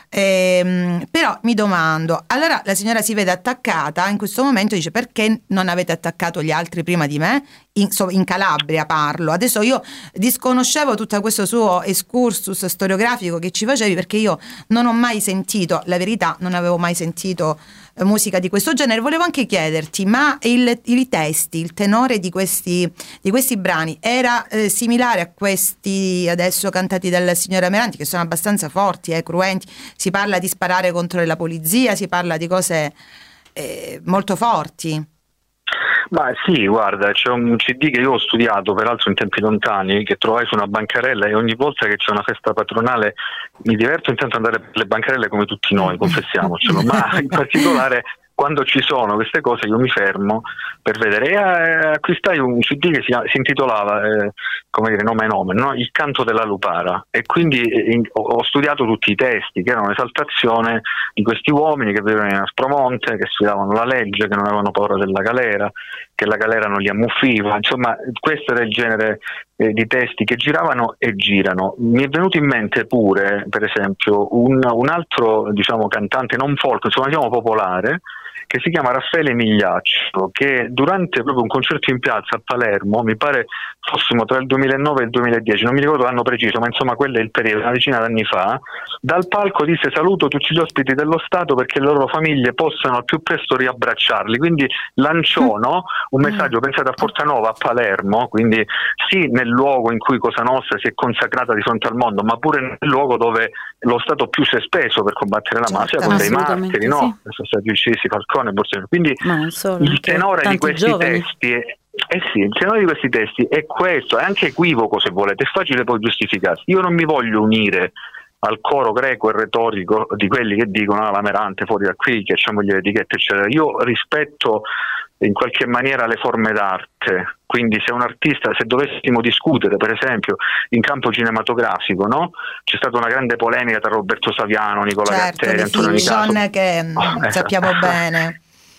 Ehm, però mi domando, allora la signora si vede attaccata in questo momento, dice perché non avete attaccato gli altri prima di me, in, so, in Calabria parlo, adesso io disconoscevo tutto questo suo excursus storiografico che ci facevi, perché io non ho mai sentito, la verità non avevo mai sentito eh, musica di questo genere. Volevo anche chiederti, ma il, i testi, il tenore di questi, di questi brani era eh, similare a questi adesso cantati dalla signora Merante, che sono abbastanza forti, eh, cruenti? Si parla di sparare contro la polizia, si parla di cose eh, molto forti. Ma sì, guarda, c'è un C D che io ho studiato, peraltro in tempi lontani, che trovai su una bancarella, e ogni volta che c'è una festa patronale mi diverto intanto ad andare per le bancarelle come tutti noi, confessiamocelo, ma in particolare quando ci sono queste cose io mi fermo per vedere, e eh, acquistai un C D che si, si intitolava eh, come dire, nome e nome, no? Il canto della lupara, e quindi in, ho, ho studiato tutti i testi che erano un'esaltazione di questi uomini che vivevano in Aspromonte, che sfidavano la legge, che non avevano paura della galera, che la galera non li ammuffiva, insomma questo era il genere eh, di testi che giravano e girano. Mi è venuto in mente pure, per esempio, un, un altro diciamo cantante non folk, insomma diciamo popolare, che si chiama Raffaele Migliaccio, che durante proprio un concerto in piazza a Palermo, mi pare fossimo tra il duemilanove e il duemiladieci, non mi ricordo l'anno preciso, ma insomma quello è il periodo, una decina d'anni fa, dal palco disse: saluto tutti gli ospiti dello Stato perché le loro famiglie possano al più presto riabbracciarli, quindi lanciò no, un messaggio pensato a Portanova, a Palermo, quindi sì nel luogo in cui Cosa Nostra si è consacrata di fronte al mondo, ma pure nel luogo dove lo Stato più si è speso per combattere la mafia, con dei martiri, no? Sì. Sono stati uccisi Falcone e Borsellino. Quindi solo, il tenore di questi giovani. testi è, eh sì, il tenore di questi testi è questo, è anche equivoco se volete, è facile poi giustificarsi. Io non mi voglio unire al coro greco e retorico di quelli che dicono ah, la Merante fuori da qui, chiacciamogli le etichette eccetera. Io rispetto in qualche maniera le forme d'arte, quindi se un artista, se dovessimo discutere per esempio in campo cinematografico, no? C'è stata una grande polemica tra Roberto Saviano, Nicola certo, Gatteri, Antonio Nicaso, che oh, sappiamo esatto. bene,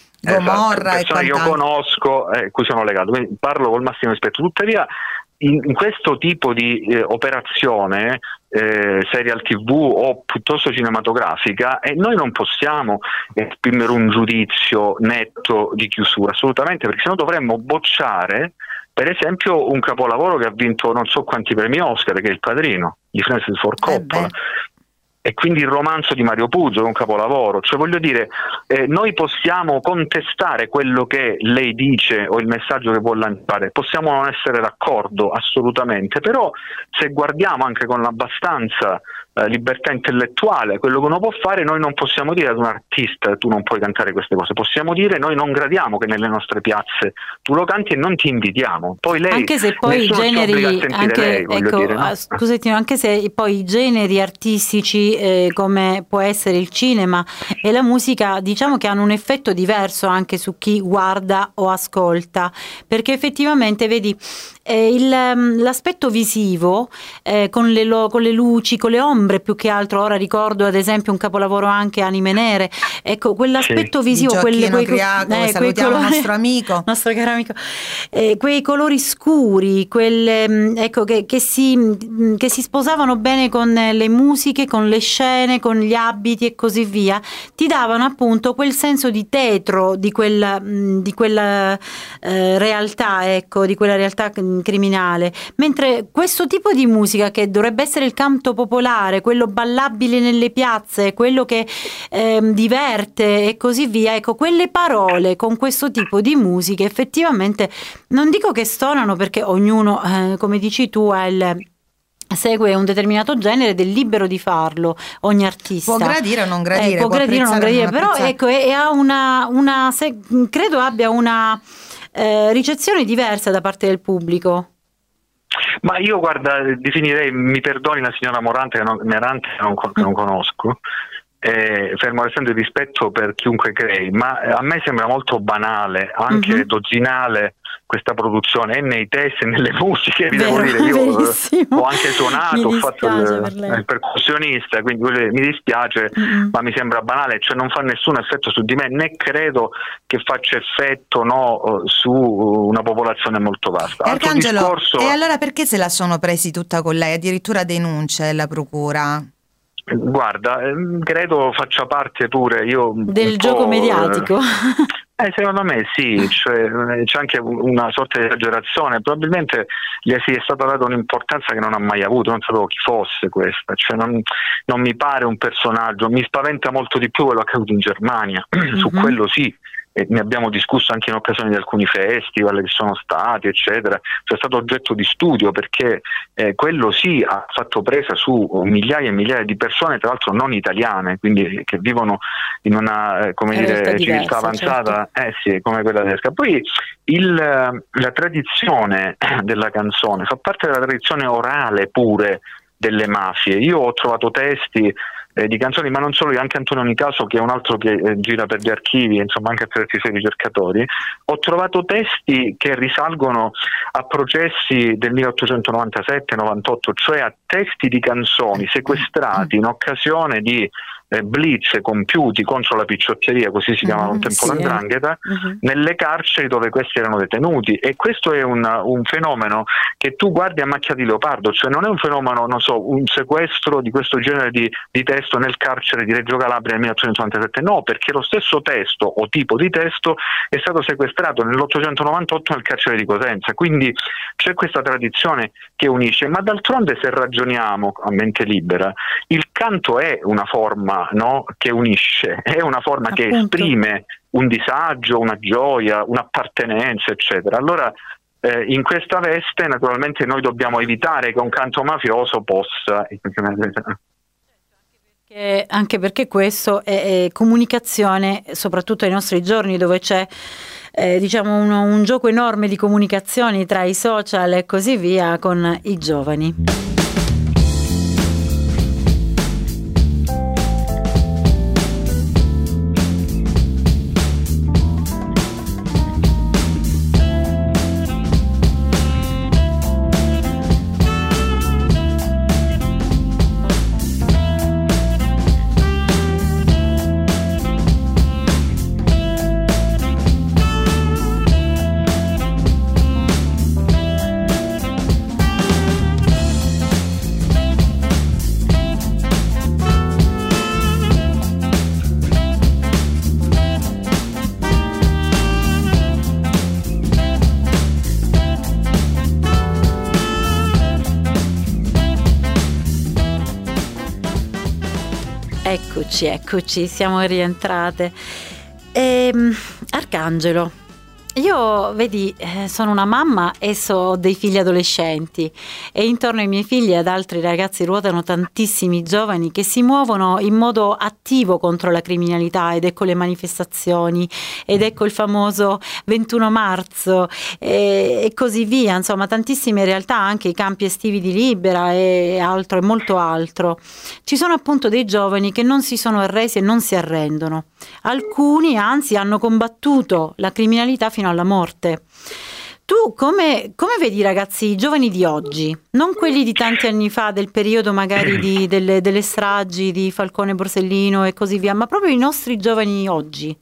Gomorra esatto, e io conosco, eh, cui sono legato, quindi parlo col massimo rispetto. Tuttavia in, in questo tipo di eh, operazione eh, serial tivù o piuttosto cinematografica, e eh, noi non possiamo esprimere un giudizio netto di chiusura, assolutamente, perché sennò dovremmo bocciare per esempio un capolavoro che ha vinto non so quanti premi Oscar, che è Il Padrino di Francis Ford Coppola. Eh e quindi il romanzo di Mario Puzo è un capolavoro, cioè voglio dire eh, noi possiamo contestare quello che lei dice o il messaggio che vuole lanciare, possiamo non essere d'accordo assolutamente, però se guardiamo anche con abbastanza eh, libertà intellettuale quello che uno può fare, noi non possiamo dire ad un artista tu non puoi cantare queste cose, possiamo dire noi non gradiamo che nelle nostre piazze tu lo canti e non ti invitiamo. Poi lei, anche se poi i generi anche, lei, ecco, dire, no? scusate, anche se poi i generi artistici eh, come può essere il cinema e la musica, diciamo che hanno un effetto diverso anche su chi guarda o ascolta, perché effettivamente vedi eh, il, l'aspetto visivo eh, con, le lo, con le luci, con le ombre ombre più che altro. Ora ricordo ad esempio un capolavoro anche Anime Nere, ecco quell'aspetto sì. visivo, quelle, quei, Criaco, eh, salutiamo colori, il nostro amico nostro caro amico, eh, quei colori scuri, quelle, ecco, che, che, si, che si sposavano bene con le musiche, con le scene, con gli abiti e così via, ti davano appunto quel senso di tetro di quella, di quella eh, realtà, ecco, di quella realtà criminale, mentre questo tipo di musica che dovrebbe essere il canto popolare, quello ballabile nelle piazze, quello che eh, diverte e così via, ecco, quelle parole con questo tipo di musiche effettivamente non dico che stonano, perché ognuno eh, come dici tu ha il segue un determinato genere ed è libero di farlo, ogni artista può gradire o non gradire, eh, può, può gradire o non gradire, non però ecco, e, e ha una, una se, credo abbia una eh, ricezione diversa da parte del pubblico. Ma io guarda, definirei, mi perdoni la signora Morante che non, Merante che non, che non conosco, eh, fermo restando il rispetto per chiunque crei, ma a me sembra molto banale, anche mm-hmm. dozzinale questa produzione, e nei testi e nelle musiche. Vi devo dire, io verissimo. ho anche suonato, ho fatto il, il percussionista, quindi mi dispiace, mm-hmm. ma mi sembra banale, cioè non fa nessun effetto su di me, né credo che faccia effetto no, su una popolazione molto vasta. Arcangelo, discorso... e allora perché se la sono presi tutta con lei? Addirittura denuncia la procura? Guarda, credo faccia parte pure io del gioco mediatico. Eh, secondo me sì, cioè, c'è anche una sorta di esagerazione, probabilmente gli è stata data un'importanza che non ha mai avuto, non sapevo chi fosse questa, cioè, non, non mi pare un personaggio, mi spaventa molto di più quello accaduto in Germania, mm-hmm. su quello sì. E ne abbiamo discusso anche in occasione di alcuni festival che sono stati, eccetera, cioè è stato oggetto di studio, perché eh, quello sì ha fatto presa su migliaia e migliaia di persone, tra l'altro non italiane, quindi che vivono in una eh, come dire, civiltà avanzata, certo. eh sì, come quella tedesca. Poi il, la tradizione della canzone fa parte della tradizione orale pure delle mafie. Io ho trovato testi Eh, di canzoni, ma non solo io, anche Antonio Nicaso, che è un altro che eh, gira per gli archivi, insomma anche attraverso i suoi ricercatori, ho trovato testi che risalgono a processi del milleottocentonovantasette novantotto, cioè a testi di canzoni sequestrati in occasione di eh, blitz compiuti contro la picciotteria, così si chiamava un tempo sì. l'andrangheta, uh-huh. nelle carceri dove questi erano detenuti, e questo è un, un fenomeno che tu guardi a macchia di leopardo, cioè non è un fenomeno, non so, un sequestro di questo genere di, di testo nel carcere di Reggio Calabria nel milleottocentonovantasette, no, perché lo stesso testo o tipo di testo è stato sequestrato nell'ottocentonovantotto nel carcere di Cosenza, quindi c'è questa tradizione che unisce, ma d'altronde se ragioniamo a mente libera, il canto è una forma, no, che unisce, è una forma Appunto. che esprime un disagio, una gioia, un'appartenenza, eccetera. Allora eh, in questa veste naturalmente noi dobbiamo evitare che un canto mafioso possa... Eh, anche perché questo è, è comunicazione, soprattutto ai nostri giorni, dove c'è eh, diciamo uno, un gioco enorme di comunicazioni tra i social e così via con i giovani. Eccoci, eccoci, siamo rientrate. Ehm, Arcangelo, io vedi, eh, sono una mamma e so, ho dei figli adolescenti e intorno ai miei figli e ad altri ragazzi ruotano tantissimi giovani che si muovono in modo attivo contro la criminalità, ed ecco le manifestazioni, ed ecco il famoso ventuno marzo e, e così via, insomma tantissime realtà, anche i campi estivi di Libera e altro e molto altro. Ci sono appunto dei giovani che non si sono arresi e non si arrendono, alcuni anzi hanno combattuto la criminalità fino alla morte. Tu come, come vedi i ragazzi, i giovani di oggi, non quelli di tanti anni fa, del periodo magari di, delle, delle stragi di Falcone, Borsellino e così via, ma proprio i nostri giovani oggi?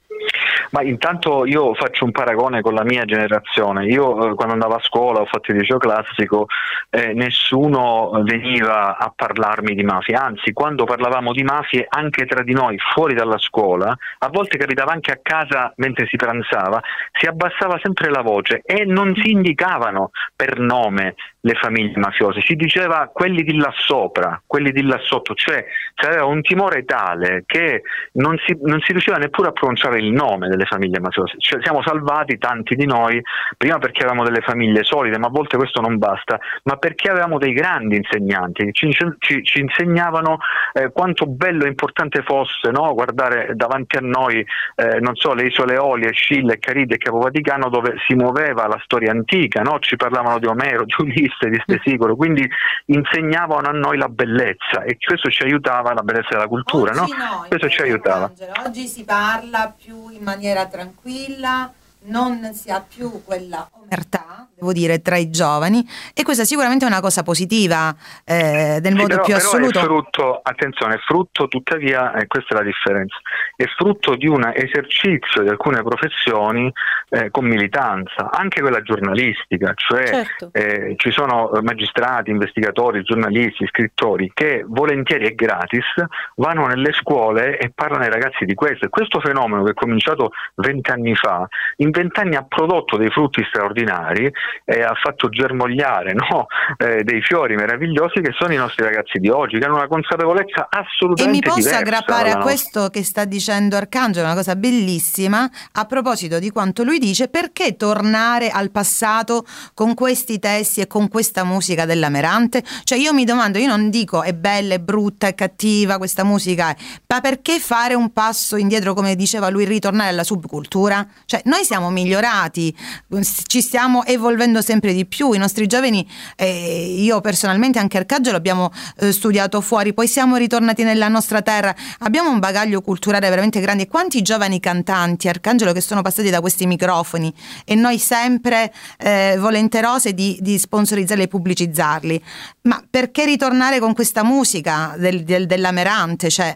Ma intanto io faccio un paragone con la mia generazione. Io eh, quando andavo a scuola, ho fatto il liceo classico, eh, nessuno veniva a parlarmi di mafie, anzi quando parlavamo di mafie anche tra di noi fuori dalla scuola, a volte capitava anche a casa mentre si pranzava, si abbassava sempre la voce e non si indicavano per nome le famiglie mafiose, si diceva quelli di là sopra, quelli di là sotto, cioè c'era un timore tale che non si, non si riusciva neppure a pronunciare il nome delle famiglie mafiose. Cioè, siamo salvati tanti di noi, prima perché avevamo delle famiglie solide, ma a volte questo non basta, ma perché avevamo dei grandi insegnanti che ci, ci, ci insegnavano eh, quanto bello e importante fosse, no? Guardare davanti a noi eh, non so, le isole Eolie, Scilla, Caridi e Capo Vaticano, dove si muoveva la storia antica, no? Ci parlavano di Omero, di Ulisse, di Stesicolo, quindi insegnavano a noi la bellezza e questo ci aiutava, la bellezza della cultura, oggi no? no Questo ci aiutava. Angelo, oggi si parla più in maniera tranquilla, non si ha più quella omertà, devo dire, tra i giovani, e questa sicuramente è una cosa positiva eh, nel sì, modo però, più però assoluto. È frutto, attenzione, è frutto tuttavia, e questa è la differenza, è frutto di un esercizio di alcune professioni eh, con militanza, anche quella giornalistica, cioè Certo. eh, ci sono magistrati, investigatori, giornalisti, scrittori che volentieri e gratis vanno nelle scuole e parlano ai ragazzi di questo, e questo fenomeno che è cominciato vent'anni fa, in vent'anni ha prodotto dei frutti straordinari e ha fatto germogliare, no? eh, dei fiori meravigliosi che sono i nostri ragazzi di oggi, che hanno una consapevolezza assolutamente diversa. E mi posso aggrappare a no? questo che sta dicendo Arcangelo, una cosa bellissima, a proposito di quanto lui dice: perché tornare al passato con questi testi e con questa musica dell'Amerante? Cioè io mi domando, io non dico è bella, è brutta, è cattiva questa musica, ma perché fare un passo indietro, come diceva lui, ritornare alla subcultura? Cioè noi siamo migliorati, ci stiamo evolvendo sempre di più, i nostri giovani, eh, io personalmente, anche Arcangelo, abbiamo eh, studiato fuori, poi siamo ritornati nella nostra terra, abbiamo un bagaglio culturale veramente grande. Quanti giovani cantanti, Arcangelo, che sono passati da questi microfoni e noi sempre eh, volenterose di, di sponsorizzarli e pubblicizzarli, ma perché ritornare con questa musica del, del, dell'Amerante? Cioè,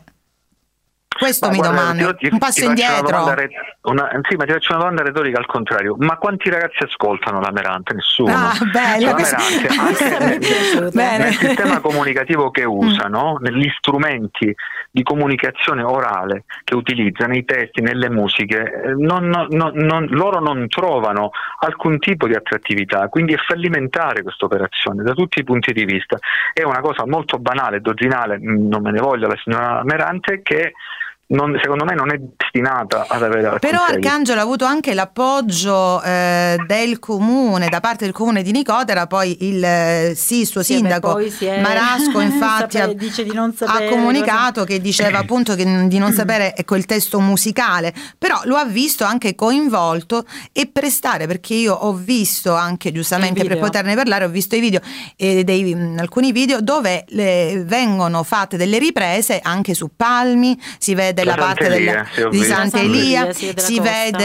questo ma mi guarda, domando, ti, ti, un passo ti indietro. Una re- una, sì, ma ti faccio una domanda retorica al contrario: ma quanti ragazzi ascoltano l'Amerante? Nessuno. Ah, bella, L'Amerante, anche nel, nel sistema comunicativo che usano, negli strumenti di comunicazione orale che utilizzano, nei testi, nelle musiche, non, non, non, loro non trovano alcun tipo di attrattività, quindi è fallimentare questa operazione da tutti i punti di vista. È una cosa molto banale, dozzinale, non me ne voglia la signora Amerante, che Non, secondo me non è destinata ad avere alcun Però seguito. Arcangelo ha avuto anche l'appoggio eh, del comune, da parte del comune di Nicotera, poi il eh, sì, il suo Sì, sindaco beh, è... Marasco infatti sapere, ha, dice di non ha comunicato cosa... che diceva appunto che di non sapere ecco, il testo musicale, però lo ha visto anche coinvolto e prestare, perché io ho visto anche, giustamente per poterne parlare, ho visto i video, eh, dei, mh, alcuni video dove le, vengono fatte delle riprese anche su palmi, si vede della parte del, di Sant'Elia, si, si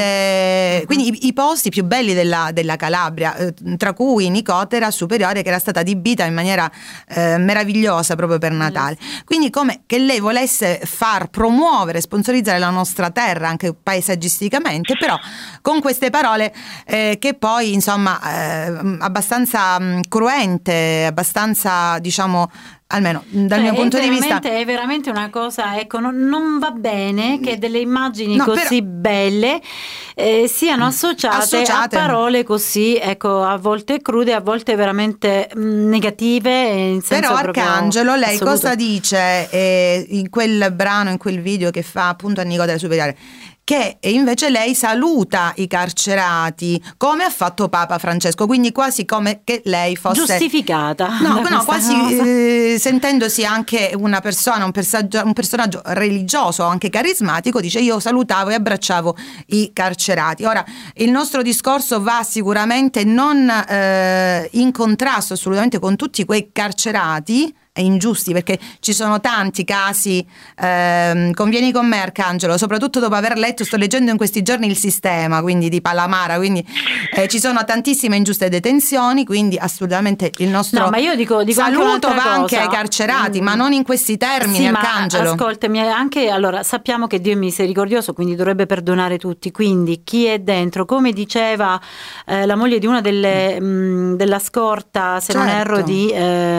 vede quindi i, i posti più belli della, della Calabria, eh, tra cui Nicotera Superiore, che era stata adibita in maniera eh, meravigliosa proprio per Natale. Quindi come che lei volesse far promuovere, sponsorizzare la nostra terra anche paesaggisticamente, però con queste parole eh, che poi insomma eh, abbastanza mh, cruente, abbastanza diciamo, almeno dal cioè, mio punto di vista è veramente una cosa, ecco, non, non va bene che delle immagini no, così però, belle eh, siano associate, associate a parole così, ecco, a volte crude, a volte veramente mh, negative, in senso però Arcangelo, lei assoluto. cosa dice eh, in quel brano, in quel video che fa appunto a Nicotera Superiore? Che invece lei saluta i carcerati come ha fatto Papa Francesco, quindi quasi come che lei fosse giustificata. no, no quasi eh, sentendosi anche una persona, un personaggio, un personaggio religioso, anche carismatico, dice: io salutavo e abbracciavo i carcerati. Ora, il nostro discorso va sicuramente non eh, in contrasto assolutamente con tutti quei carcerati ingiusti, perché ci sono tanti casi, ehm, convieni con me Arcangelo, soprattutto dopo aver letto, sto leggendo in questi giorni Il Sistema, quindi di Palamara, quindi eh, ci sono tantissime ingiuste detenzioni, quindi assolutamente il nostro no, ma io dico, dico saluto anche va anche cosa. ai carcerati, mm. ma non in questi termini, sì, Arcangelo. Ma ascoltami, anche allora sappiamo che Dio è misericordioso, quindi dovrebbe perdonare tutti, quindi chi è dentro, come diceva eh, la moglie di una delle mh, della scorta, se certo. non erro di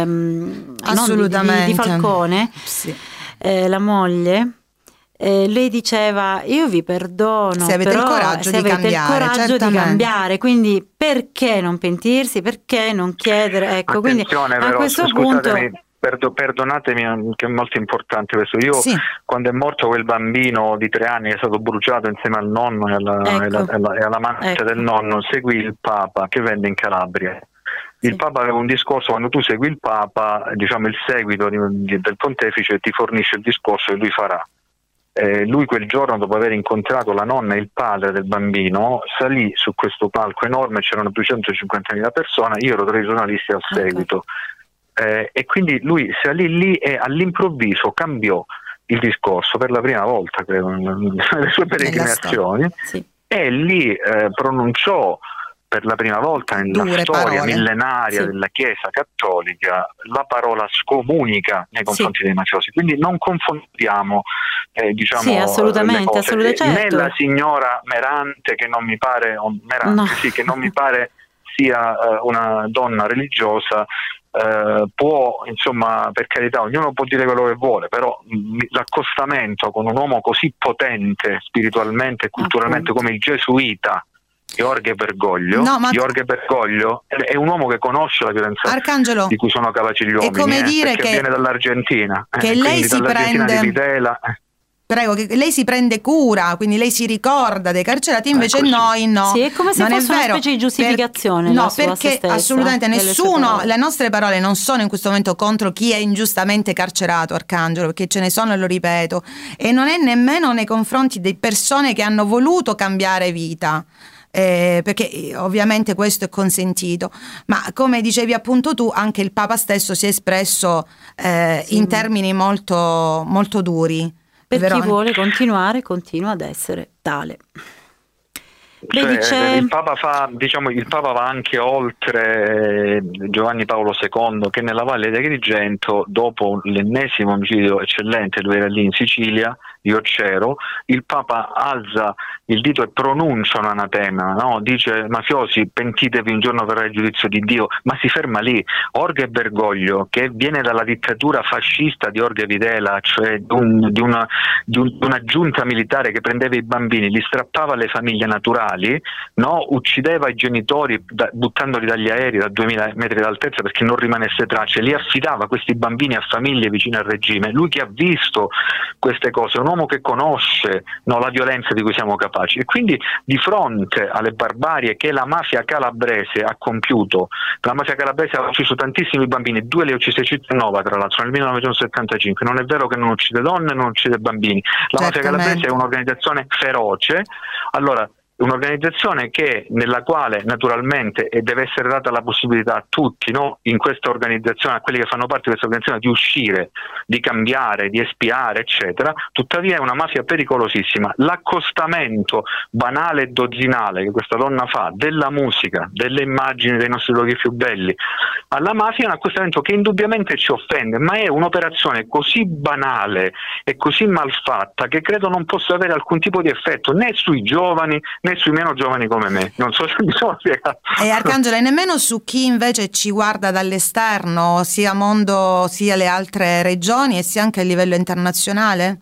ehm, assolutamente di, di, di Falcone, sì. eh, la moglie, eh, lei diceva io vi perdono se avete però il coraggio, se di, avete cambiare, il coraggio di cambiare, quindi perché non pentirsi, perché non chiedere, ecco. Attenzione, quindi però, a questo scusatemi, punto perdo, perdonatemi che è molto importante questo, io sì. quando è morto quel bambino di tre anni che è stato bruciato insieme al nonno e alla, ecco. e alla, e alla, e alla madre ecco. del nonno, seguì il Papa che venne in Calabria. Il sì. Papa aveva un discorso, quando tu segui il Papa, diciamo il seguito di, di, del pontefice ti fornisce il discorso che lui farà. Eh, lui quel giorno, dopo aver incontrato la nonna e il padre del bambino, salì su questo palco enorme, c'erano duecentocinquantamila persone, io ero tra i giornalisti al seguito. Okay. Eh, e quindi lui salì lì e all'improvviso cambiò il discorso per la prima volta, credo, nelle sue peregrinazioni, sì. e lì eh, pronunciò per la prima volta nella Dure storia parole. millenaria sì. della Chiesa cattolica la parola scomunica nei confronti sì. dei mafiosi. Quindi non confondiamo eh, diciamo, sì, assolutamente, le cose. assolutamente, certo. Né la signora Merante, che non mi pare, oh, Merante, no. sì, che non mi pare sia uh, una donna religiosa, Uh, può, insomma, per carità, ognuno può dire quello che vuole, però mh, l'accostamento con un uomo così potente spiritualmente e culturalmente appunto. come il gesuita Jorge Bergoglio, no, ma... Jorge Bergoglio è, è un uomo che conosce la violenza Arcangelo, di cui sono capaci gli uomini, è come eh, dire perché che viene dall'Argentina, che eh, lei si dall'Argentina prende di Videla, eh. Prego, che lei si prende cura, quindi lei si ricorda dei carcerati, invece ecco, noi no. Sì, è come se non fosse è una vero. specie di giustificazione. Per, no, sua, perché stessa, assolutamente nessuno, le nostre parole non sono in questo momento contro chi è ingiustamente carcerato, Arcangelo, perché ce ne sono e lo ripeto, e non è nemmeno nei confronti di persone che hanno voluto cambiare vita. Eh, perché ovviamente questo è consentito, ma come dicevi appunto tu, anche il Papa stesso si è espresso eh, sì. in termini molto, molto duri. Per Veronica. Chi vuole continuare, continua ad essere tale. Cioè, Beh, dice... il Papa fa, diciamo, il Papa va anche oltre Giovanni Paolo secondo, che nella Valle di Agrigento, dopo l'ennesimo omicidio eccellente, lui era lì in Sicilia, io c'ero, il Papa alza il dito e pronuncia un anatema, no? Dice: mafiosi, pentitevi, un giorno verrà il giudizio di Dio, ma si ferma lì. Jorge Bergoglio, che viene dalla dittatura fascista di Jorge Videla, cioè di, un, di, una, di, un, di una giunta militare che prendeva i bambini, li strappava alle famiglie naturali, no? Uccideva i genitori da, buttandoli dagli aerei da duemila metri d'altezza perché non rimanesse traccia, li affidava questi bambini a famiglie vicine al regime. Lui che ha visto queste cose, un uomo che conosce, no, la violenza di cui siamo capaci, e quindi di fronte alle barbarie che la mafia calabrese ha compiuto, la mafia calabrese ha ucciso tantissimi bambini, due le uccise Cittanova tra l'altro nel millenovecentosettantacinque, non è vero che non uccide donne, non uccide bambini, la Certamente. mafia calabrese è un'organizzazione feroce. Allora, un'organizzazione che, nella quale naturalmente e deve essere data la possibilità a tutti, no, in questa organizzazione, a quelli che fanno parte di questa organizzazione, di uscire, di cambiare, di espiare, eccetera. Tuttavia è una mafia pericolosissima. L'accostamento banale e dozzinale che questa donna fa della musica, delle immagini dei nostri luoghi più belli alla mafia è un accostamento che indubbiamente ci offende, ma è un'operazione così banale e così malfatta che credo non possa avere alcun tipo di effetto né sui giovani né sui meno giovani come me. Non so se mi sono spiegato. E Arcangelo, e nemmeno su chi invece ci guarda dall'esterno, sia mondo sia le altre regioni e sia anche a livello internazionale?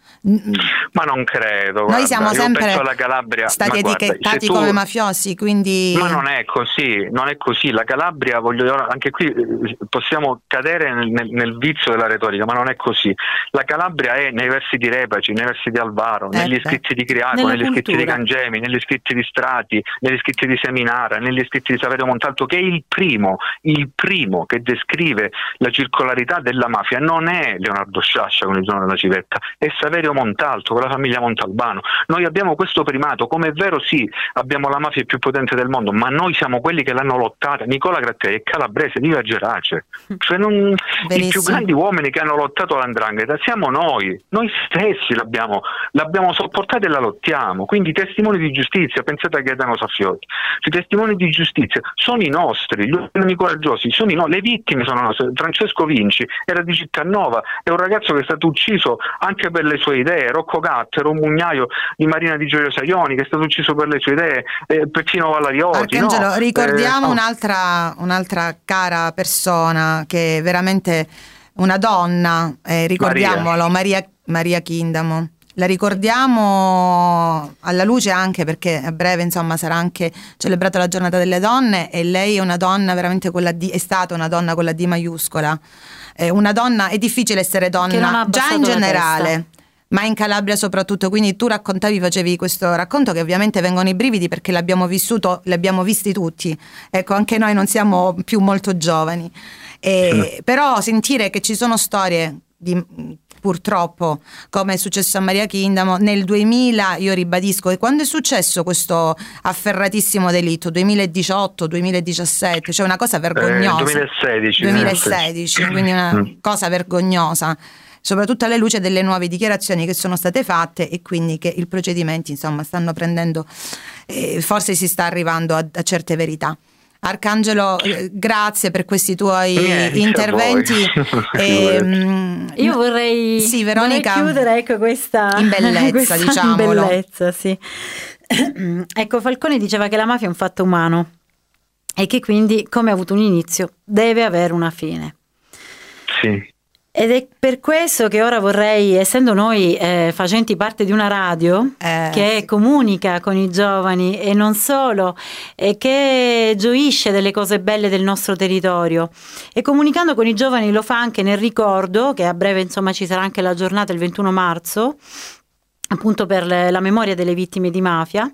Ma non credo. Noi guarda, siamo sempre alla Calabria, stati etichettati tu... come mafiosi, quindi... Ma non è così, non è così. La Calabria, voglio anche qui possiamo cadere nel, nel, nel vizio della retorica, ma non è così. La Calabria è nei versi di Repaci, nei versi di Alvaro, eh negli beh. scritti di Criaco, Nella negli cultura. scritti di Cangemi, negli scritti di Strati, negli scritti di Seminara, negli scritti di Saverio Montalto, che è il primo, il primo che descrive la circolarità della mafia. Non è Leonardo Sciascia con il giorno della civetta, è Saverio Matteo Montalto, con la famiglia Montalbano. Noi abbiamo questo primato, come è vero sì, abbiamo la mafia più potente del mondo, ma noi siamo quelli che l'hanno lottata. Nicola Gratteri è calabrese, viva Gerace. Cioè non, i più grandi uomini che hanno lottato l'Andrangheta siamo noi, noi stessi l'abbiamo, l'abbiamo sopportata e la lottiamo. Quindi i testimoni di giustizia, pensate a Gaetano Saffiotti, i testimoni di giustizia sono i nostri, gli uomini coraggiosi sono i no- le vittime sono nostre. Francesco Vinci era di Cittanova, è un ragazzo che è stato ucciso anche per le sue idee. Rocco Gattero, un mugnaio di Marina di Gioia Saioni, che è stato ucciso per le sue idee. eh, Peppino Vallarioti. Arcangelo, no? ricordiamo eh, no. un'altra, un'altra cara persona che è veramente una donna, eh, ricordiamolo, Maria, Maria Chindamo. La ricordiamo alla luce anche perché a breve insomma sarà anche celebrata la giornata delle donne, e lei è una donna veramente con la D, è stata una donna con la D maiuscola. È una donna, è difficile essere donna già in generale, ma in Calabria soprattutto. Quindi tu raccontavi, facevi questo racconto che ovviamente vengono i brividi perché l'abbiamo vissuto, li abbiamo visti tutti. Ecco, anche noi non siamo più molto giovani. E, però sentire che ci sono storie di, purtroppo, come è successo a Maria Chindamo nel duemila, io ribadisco che quando è successo questo afferratissimo delitto, duemiladiciotto duemiladiciassette, cioè una cosa vergognosa. Eh, duemilasedici duemilasedici, quindi una mm. cosa vergognosa, soprattutto alla luce delle nuove dichiarazioni che sono state fatte e quindi che i procedimenti insomma stanno prendendo, eh, forse si sta arrivando a, a certe verità. Arcangelo, eh, grazie per questi tuoi Niente, interventi. E, um, io vorrei, sì, Veronica, vorrei chiudere ecco questa in bellezza, questa diciamolo. In bellezza, sì. Ecco, Falcone diceva che la mafia è un fatto umano e che quindi, come ha avuto un inizio, deve avere una fine. Sì. Ed è per questo che ora vorrei, essendo noi eh, facenti parte di una radio eh, che sì. comunica con i giovani e non solo, e che gioisce delle cose belle del nostro territorio, e comunicando con i giovani lo fa anche nel ricordo che a breve insomma ci sarà anche la giornata il ventuno marzo, appunto per le, la memoria delle vittime di mafia.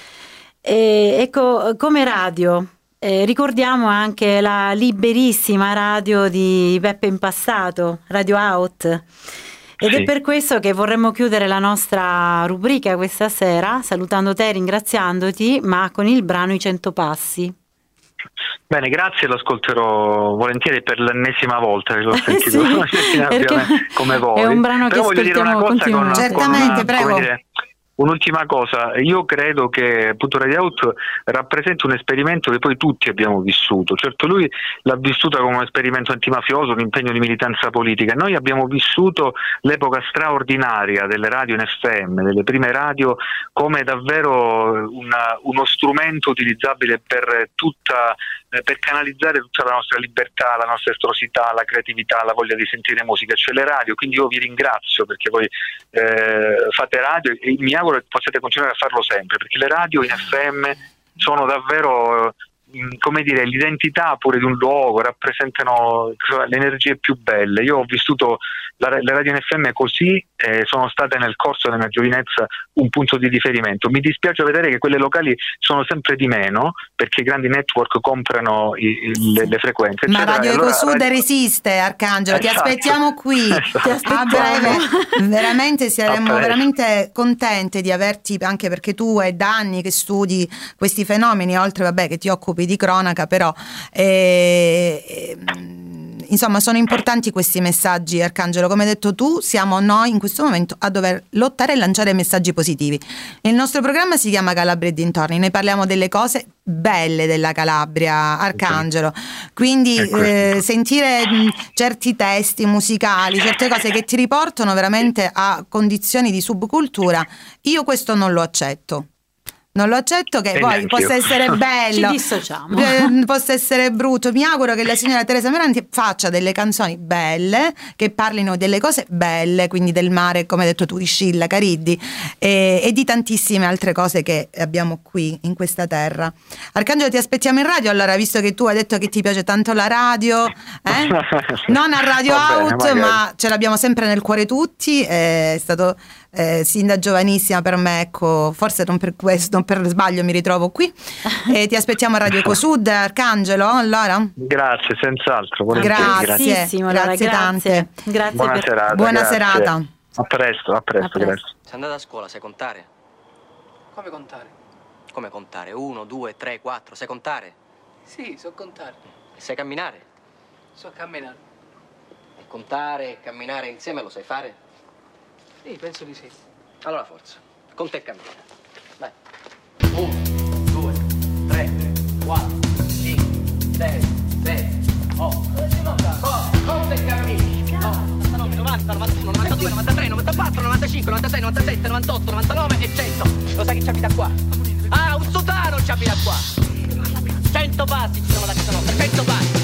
E, ecco, come radio Eh, ricordiamo anche la liberissima radio di Peppe Impastato, Radio Out, ed sì. È per questo che vorremmo chiudere la nostra rubrica questa sera salutando te, ringraziandoti, ma con il brano I Cento Passi. Bene, grazie, lo ascolterò volentieri per l'ennesima volta che l'ho sentito sì, come voi. È un brano Però che voglio dire una cosa con, certamente, con una, prego. Dire, un'ultima cosa, io credo che appunto Radio Out rappresenta un esperimento che poi tutti abbiamo vissuto. Certo, lui l'ha vissuta come un esperimento antimafioso, un impegno di militanza politica. Noi abbiamo vissuto l'epoca straordinaria delle radio in F M, delle prime radio, come davvero una, uno strumento utilizzabile per tutta per canalizzare tutta la nostra libertà, la nostra estrosità, la creatività, la voglia di sentire musica, cioè le radio. Quindi io vi ringrazio perché voi eh, fate radio e mi auguro che possiate continuare a farlo sempre, perché le radio in F M sono davvero, come dire, l'identità pure di un luogo, rappresentano le energie più belle. Io ho vissuto la, le radio in F M così, eh, sono state nel corso della mia giovinezza un punto di riferimento. Mi dispiace vedere che quelle locali sono sempre di meno perché i grandi network comprano i, i, le, le frequenze. Ma eccetera. Radio allora, Ecosud radio... resiste, Arcangelo, esatto. Ti aspettiamo qui, esatto. ti aspettiamo. A breve, veramente saremmo veramente contente di averti, anche perché tu è da anni che studi questi fenomeni, oltre vabbè che ti occupi di cronaca, però eh, eh, insomma sono importanti questi messaggi, Arcangelo. Come hai detto tu, siamo noi in questo momento a dover lottare e lanciare messaggi positivi. Il nostro programma si chiama Calabria e dintorni, noi parliamo delle cose belle della Calabria, Arcangelo, quindi eh, sentire mh, certi testi musicali, certe cose che ti riportano veramente a condizioni di subcultura, io questo non lo accetto. Non lo accetto, che e poi possa essere bello, ci dissociamo, eh, possa essere brutto. Mi auguro che la signora Teresa Meranti faccia delle canzoni belle, che parlino delle cose belle, quindi del mare, come hai detto tu, di Scilla, Cariddi e, e di tantissime altre cose che abbiamo qui in questa terra. Arcangelo, ti aspettiamo in radio allora, visto che tu hai detto che ti piace tanto la radio, eh? Non a Radio Out, bene, ma ce l'abbiamo sempre nel cuore tutti. È stato Eh, sin da giovanissima per me, ecco, forse non per questo, non per sbaglio mi ritrovo qui. E ti aspettiamo a Radio Ecosud, Arcangelo, allora? Grazie, senz'altro. Grazie, grazie, grazie, allora, grazie tante. Grazie buona per... serata. Buona grazie. serata. A presto, a presto, A presto. grazie. Sei andata a scuola, sai contare? Come contare? Come contare? Uno, due, tre, quattro, sai contare? Sì, so contare. E sai camminare? So camminare. E contare e camminare insieme lo sai fare? Sì, penso di sì. Allora forza, conta e cammina. Vai. Uno, due, tre, quattro, cinque, sei, sette, otto, conta e cammina. novantanove, novanta, novantuno, novantadue, novantatré, novantaquattro, novantacinque, novantasei, novantasette, novantotto, novantanove e cento. Lo sai chi ci abita qua? Ah, un sotano ci abita qua. cento passi ci sono da casa nostra, cento passi.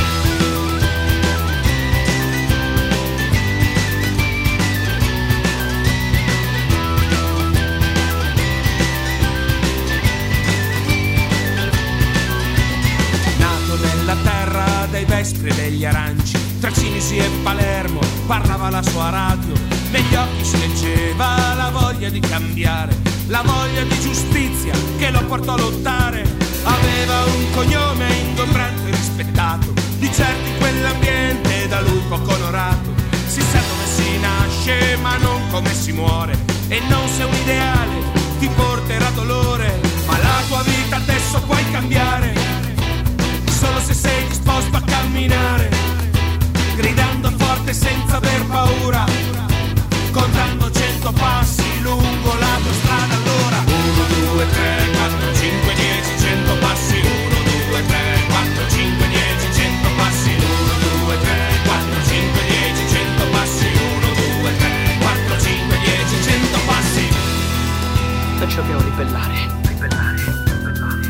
Nato nella terra dei vespri e degli aranci, tra Cinisi e Palermo parlava la sua radio, negli occhi si leggeva la voglia di cambiare, la voglia di giustizia che lo portò a lottare. Aveva un cognome ingombrante e rispettato, di certo in quell'ambiente da lui poco onorato. Si sa come si nasce ma non come si muore, e non se un ideale ti porterà dolore, ma la tua vita adesso puoi cambiare solo se sei disposto a camminare, gridando forte senza aver paura, contando cento passi lungo la tua strada. Allora uno, due, tre, quattro, cinque, dieci, cento passi. Uno, due, tre, quattro, cinque, dieci, cento passi. Uno, due, tre, quattro, cinque, dieci, cento passi. Uno, due, tre, quattro, cinque, dieci, cento passi. E ci dobbiamo ribellare. Ribellare, ribellare.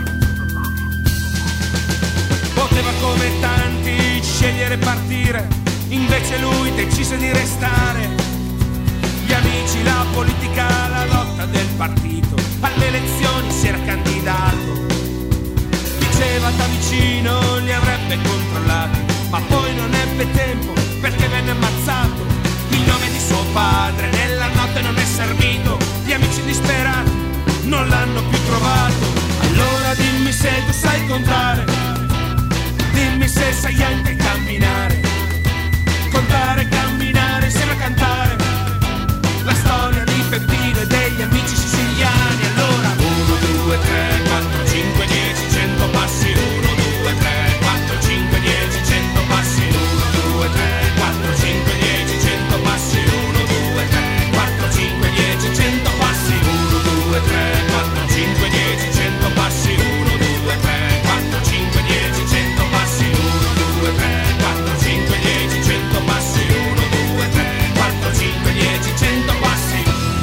Poteva come tanti scegliere partire, invece lui decise di restare. Gli amici, la politica, la lotta del partito, alle elezioni si era candidato. Diceva da vicino li avrebbe controllati, ma poi non ebbe tempo perché venne ammazzato. Il nome di suo padre nella notte non è servito, gli amici disperati non l'hanno più trovato. Allora dimmi se tu sai contare, dimmi se sai anche camminare, contare, camminare, insieme a cantare la storia di Peppino e degli amici siciliani. Allora uno, due, tre, quattro, cinque, dieci, cento passi. Uno, due, tre, quattro, cinque, dieci, cento passi. Uno, due, tre, quattro, cinque, dieci, cento passi. Uno, due, tre, quattro, cinque, dieci, cento passi. Uno, due, tre, quattro, cinque, dieci, cento passi. Uno, due, tre, quattro, cinque, dieci, cento passi. Uno, due, tre, quattro, cinque, dieci, cento passi. Uno, due, tre, quattro, cinque, dieci, cento passi.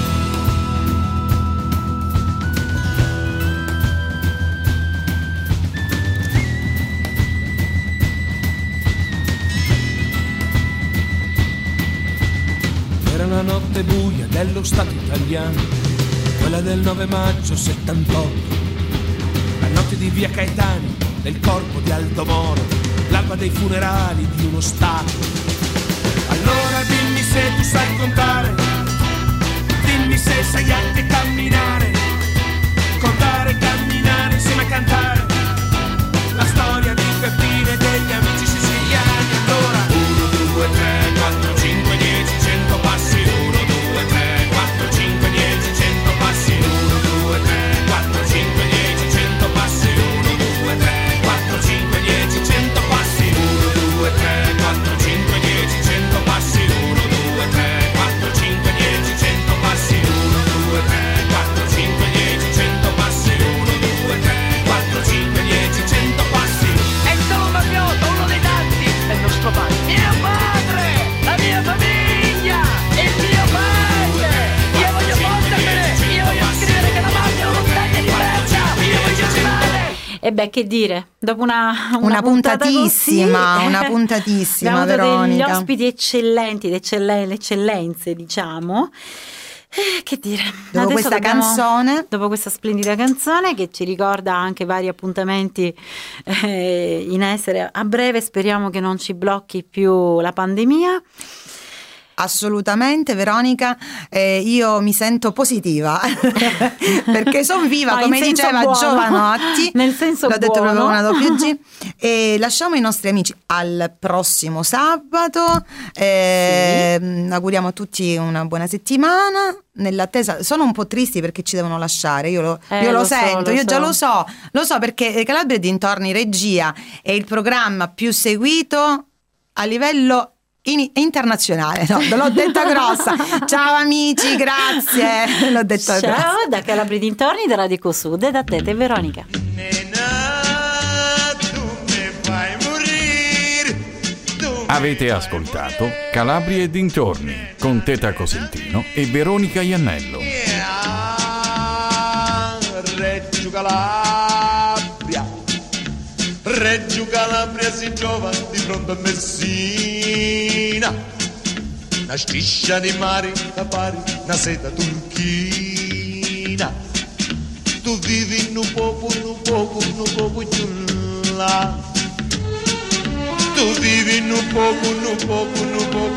Era una notte buia dello Stato italiano, quella del nove maggio settantotto, la notte di via Caetani, del corpo di Aldo Moro, l'alba dei funerali di uno Stato. Allora dimmi se tu sai contare, dimmi se sai anche camminare, contare, camminare, insieme a cantare la storia di Peppino e degli amici siciliani. Allora uno, due, tre, quattro, cinque, dieci, cento passi. Uno, due, tre, quattro, cinque, dieci, cento passi. Uno, due, tre, quattro, cinque, dieci, cento passi. Uno, due, tre, quattro, cinque, dieci, cento passi. Uno, due, tre, quattro, cinque, dieci, cento passi. Uno, due, tre, quattro, cinque, dieci, cento passi. Uno, due, tre, quattro, cinque, dieci, cento passi. Uno, due, tre, quattro, cinque, dieci, cento passi. È il solo mafioso, uno dei tanti, è il nostro padre. Mio padre, la mia famiglia, il mio paese. Io voglio fondermene, io voglio scrivere che la mafia è una montagna di merda. Io voglio arrivare. E beh, che dire, dopo una, una, Una puntata puntatissima, così, una puntatissima, abbiamo avuto Veronica. degli ospiti eccellenti, le eccellen- le eccellenze, diciamo. Eh, che dire, Dopo adesso questa dobbiamo- canzone. dopo questa splendida canzone che ci ricorda anche vari appuntamenti eh, in essere a breve, speriamo che non ci blocchi più la pandemia. Assolutamente Veronica, eh, io mi sento positiva perché sono viva, come diceva buono. Giovanotti, nel senso l'ho detto buono. proprio con una doppia G. E lasciamo i nostri amici al prossimo sabato, eh, sì. Auguriamo a tutti una buona settimana. Nell'attesa, sono un po' tristi perché ci devono lasciare, io lo, eh, io lo, lo sento, so, lo io so. già lo so, lo so perché Calabria e dintorni regia è il programma più seguito a livello In- internazionale, no, l'ho detta grossa. Ciao amici, grazie. L'ho detta Ciao grossa. da Calabria dintorni, da Radio Ecosud e da Tete e Veronica. Avete ascoltato Calabria e dintorni con Teta Cosentino e Veronica Iannello. Reggio Calabria, Reggio Calabria si trova di fronte a Messina, una striscia di mare da pari, una seta turchina. Tu vivi in un poco, in un poco, in un poco giù là. Tu vivi in un poco, in un poco, in un poco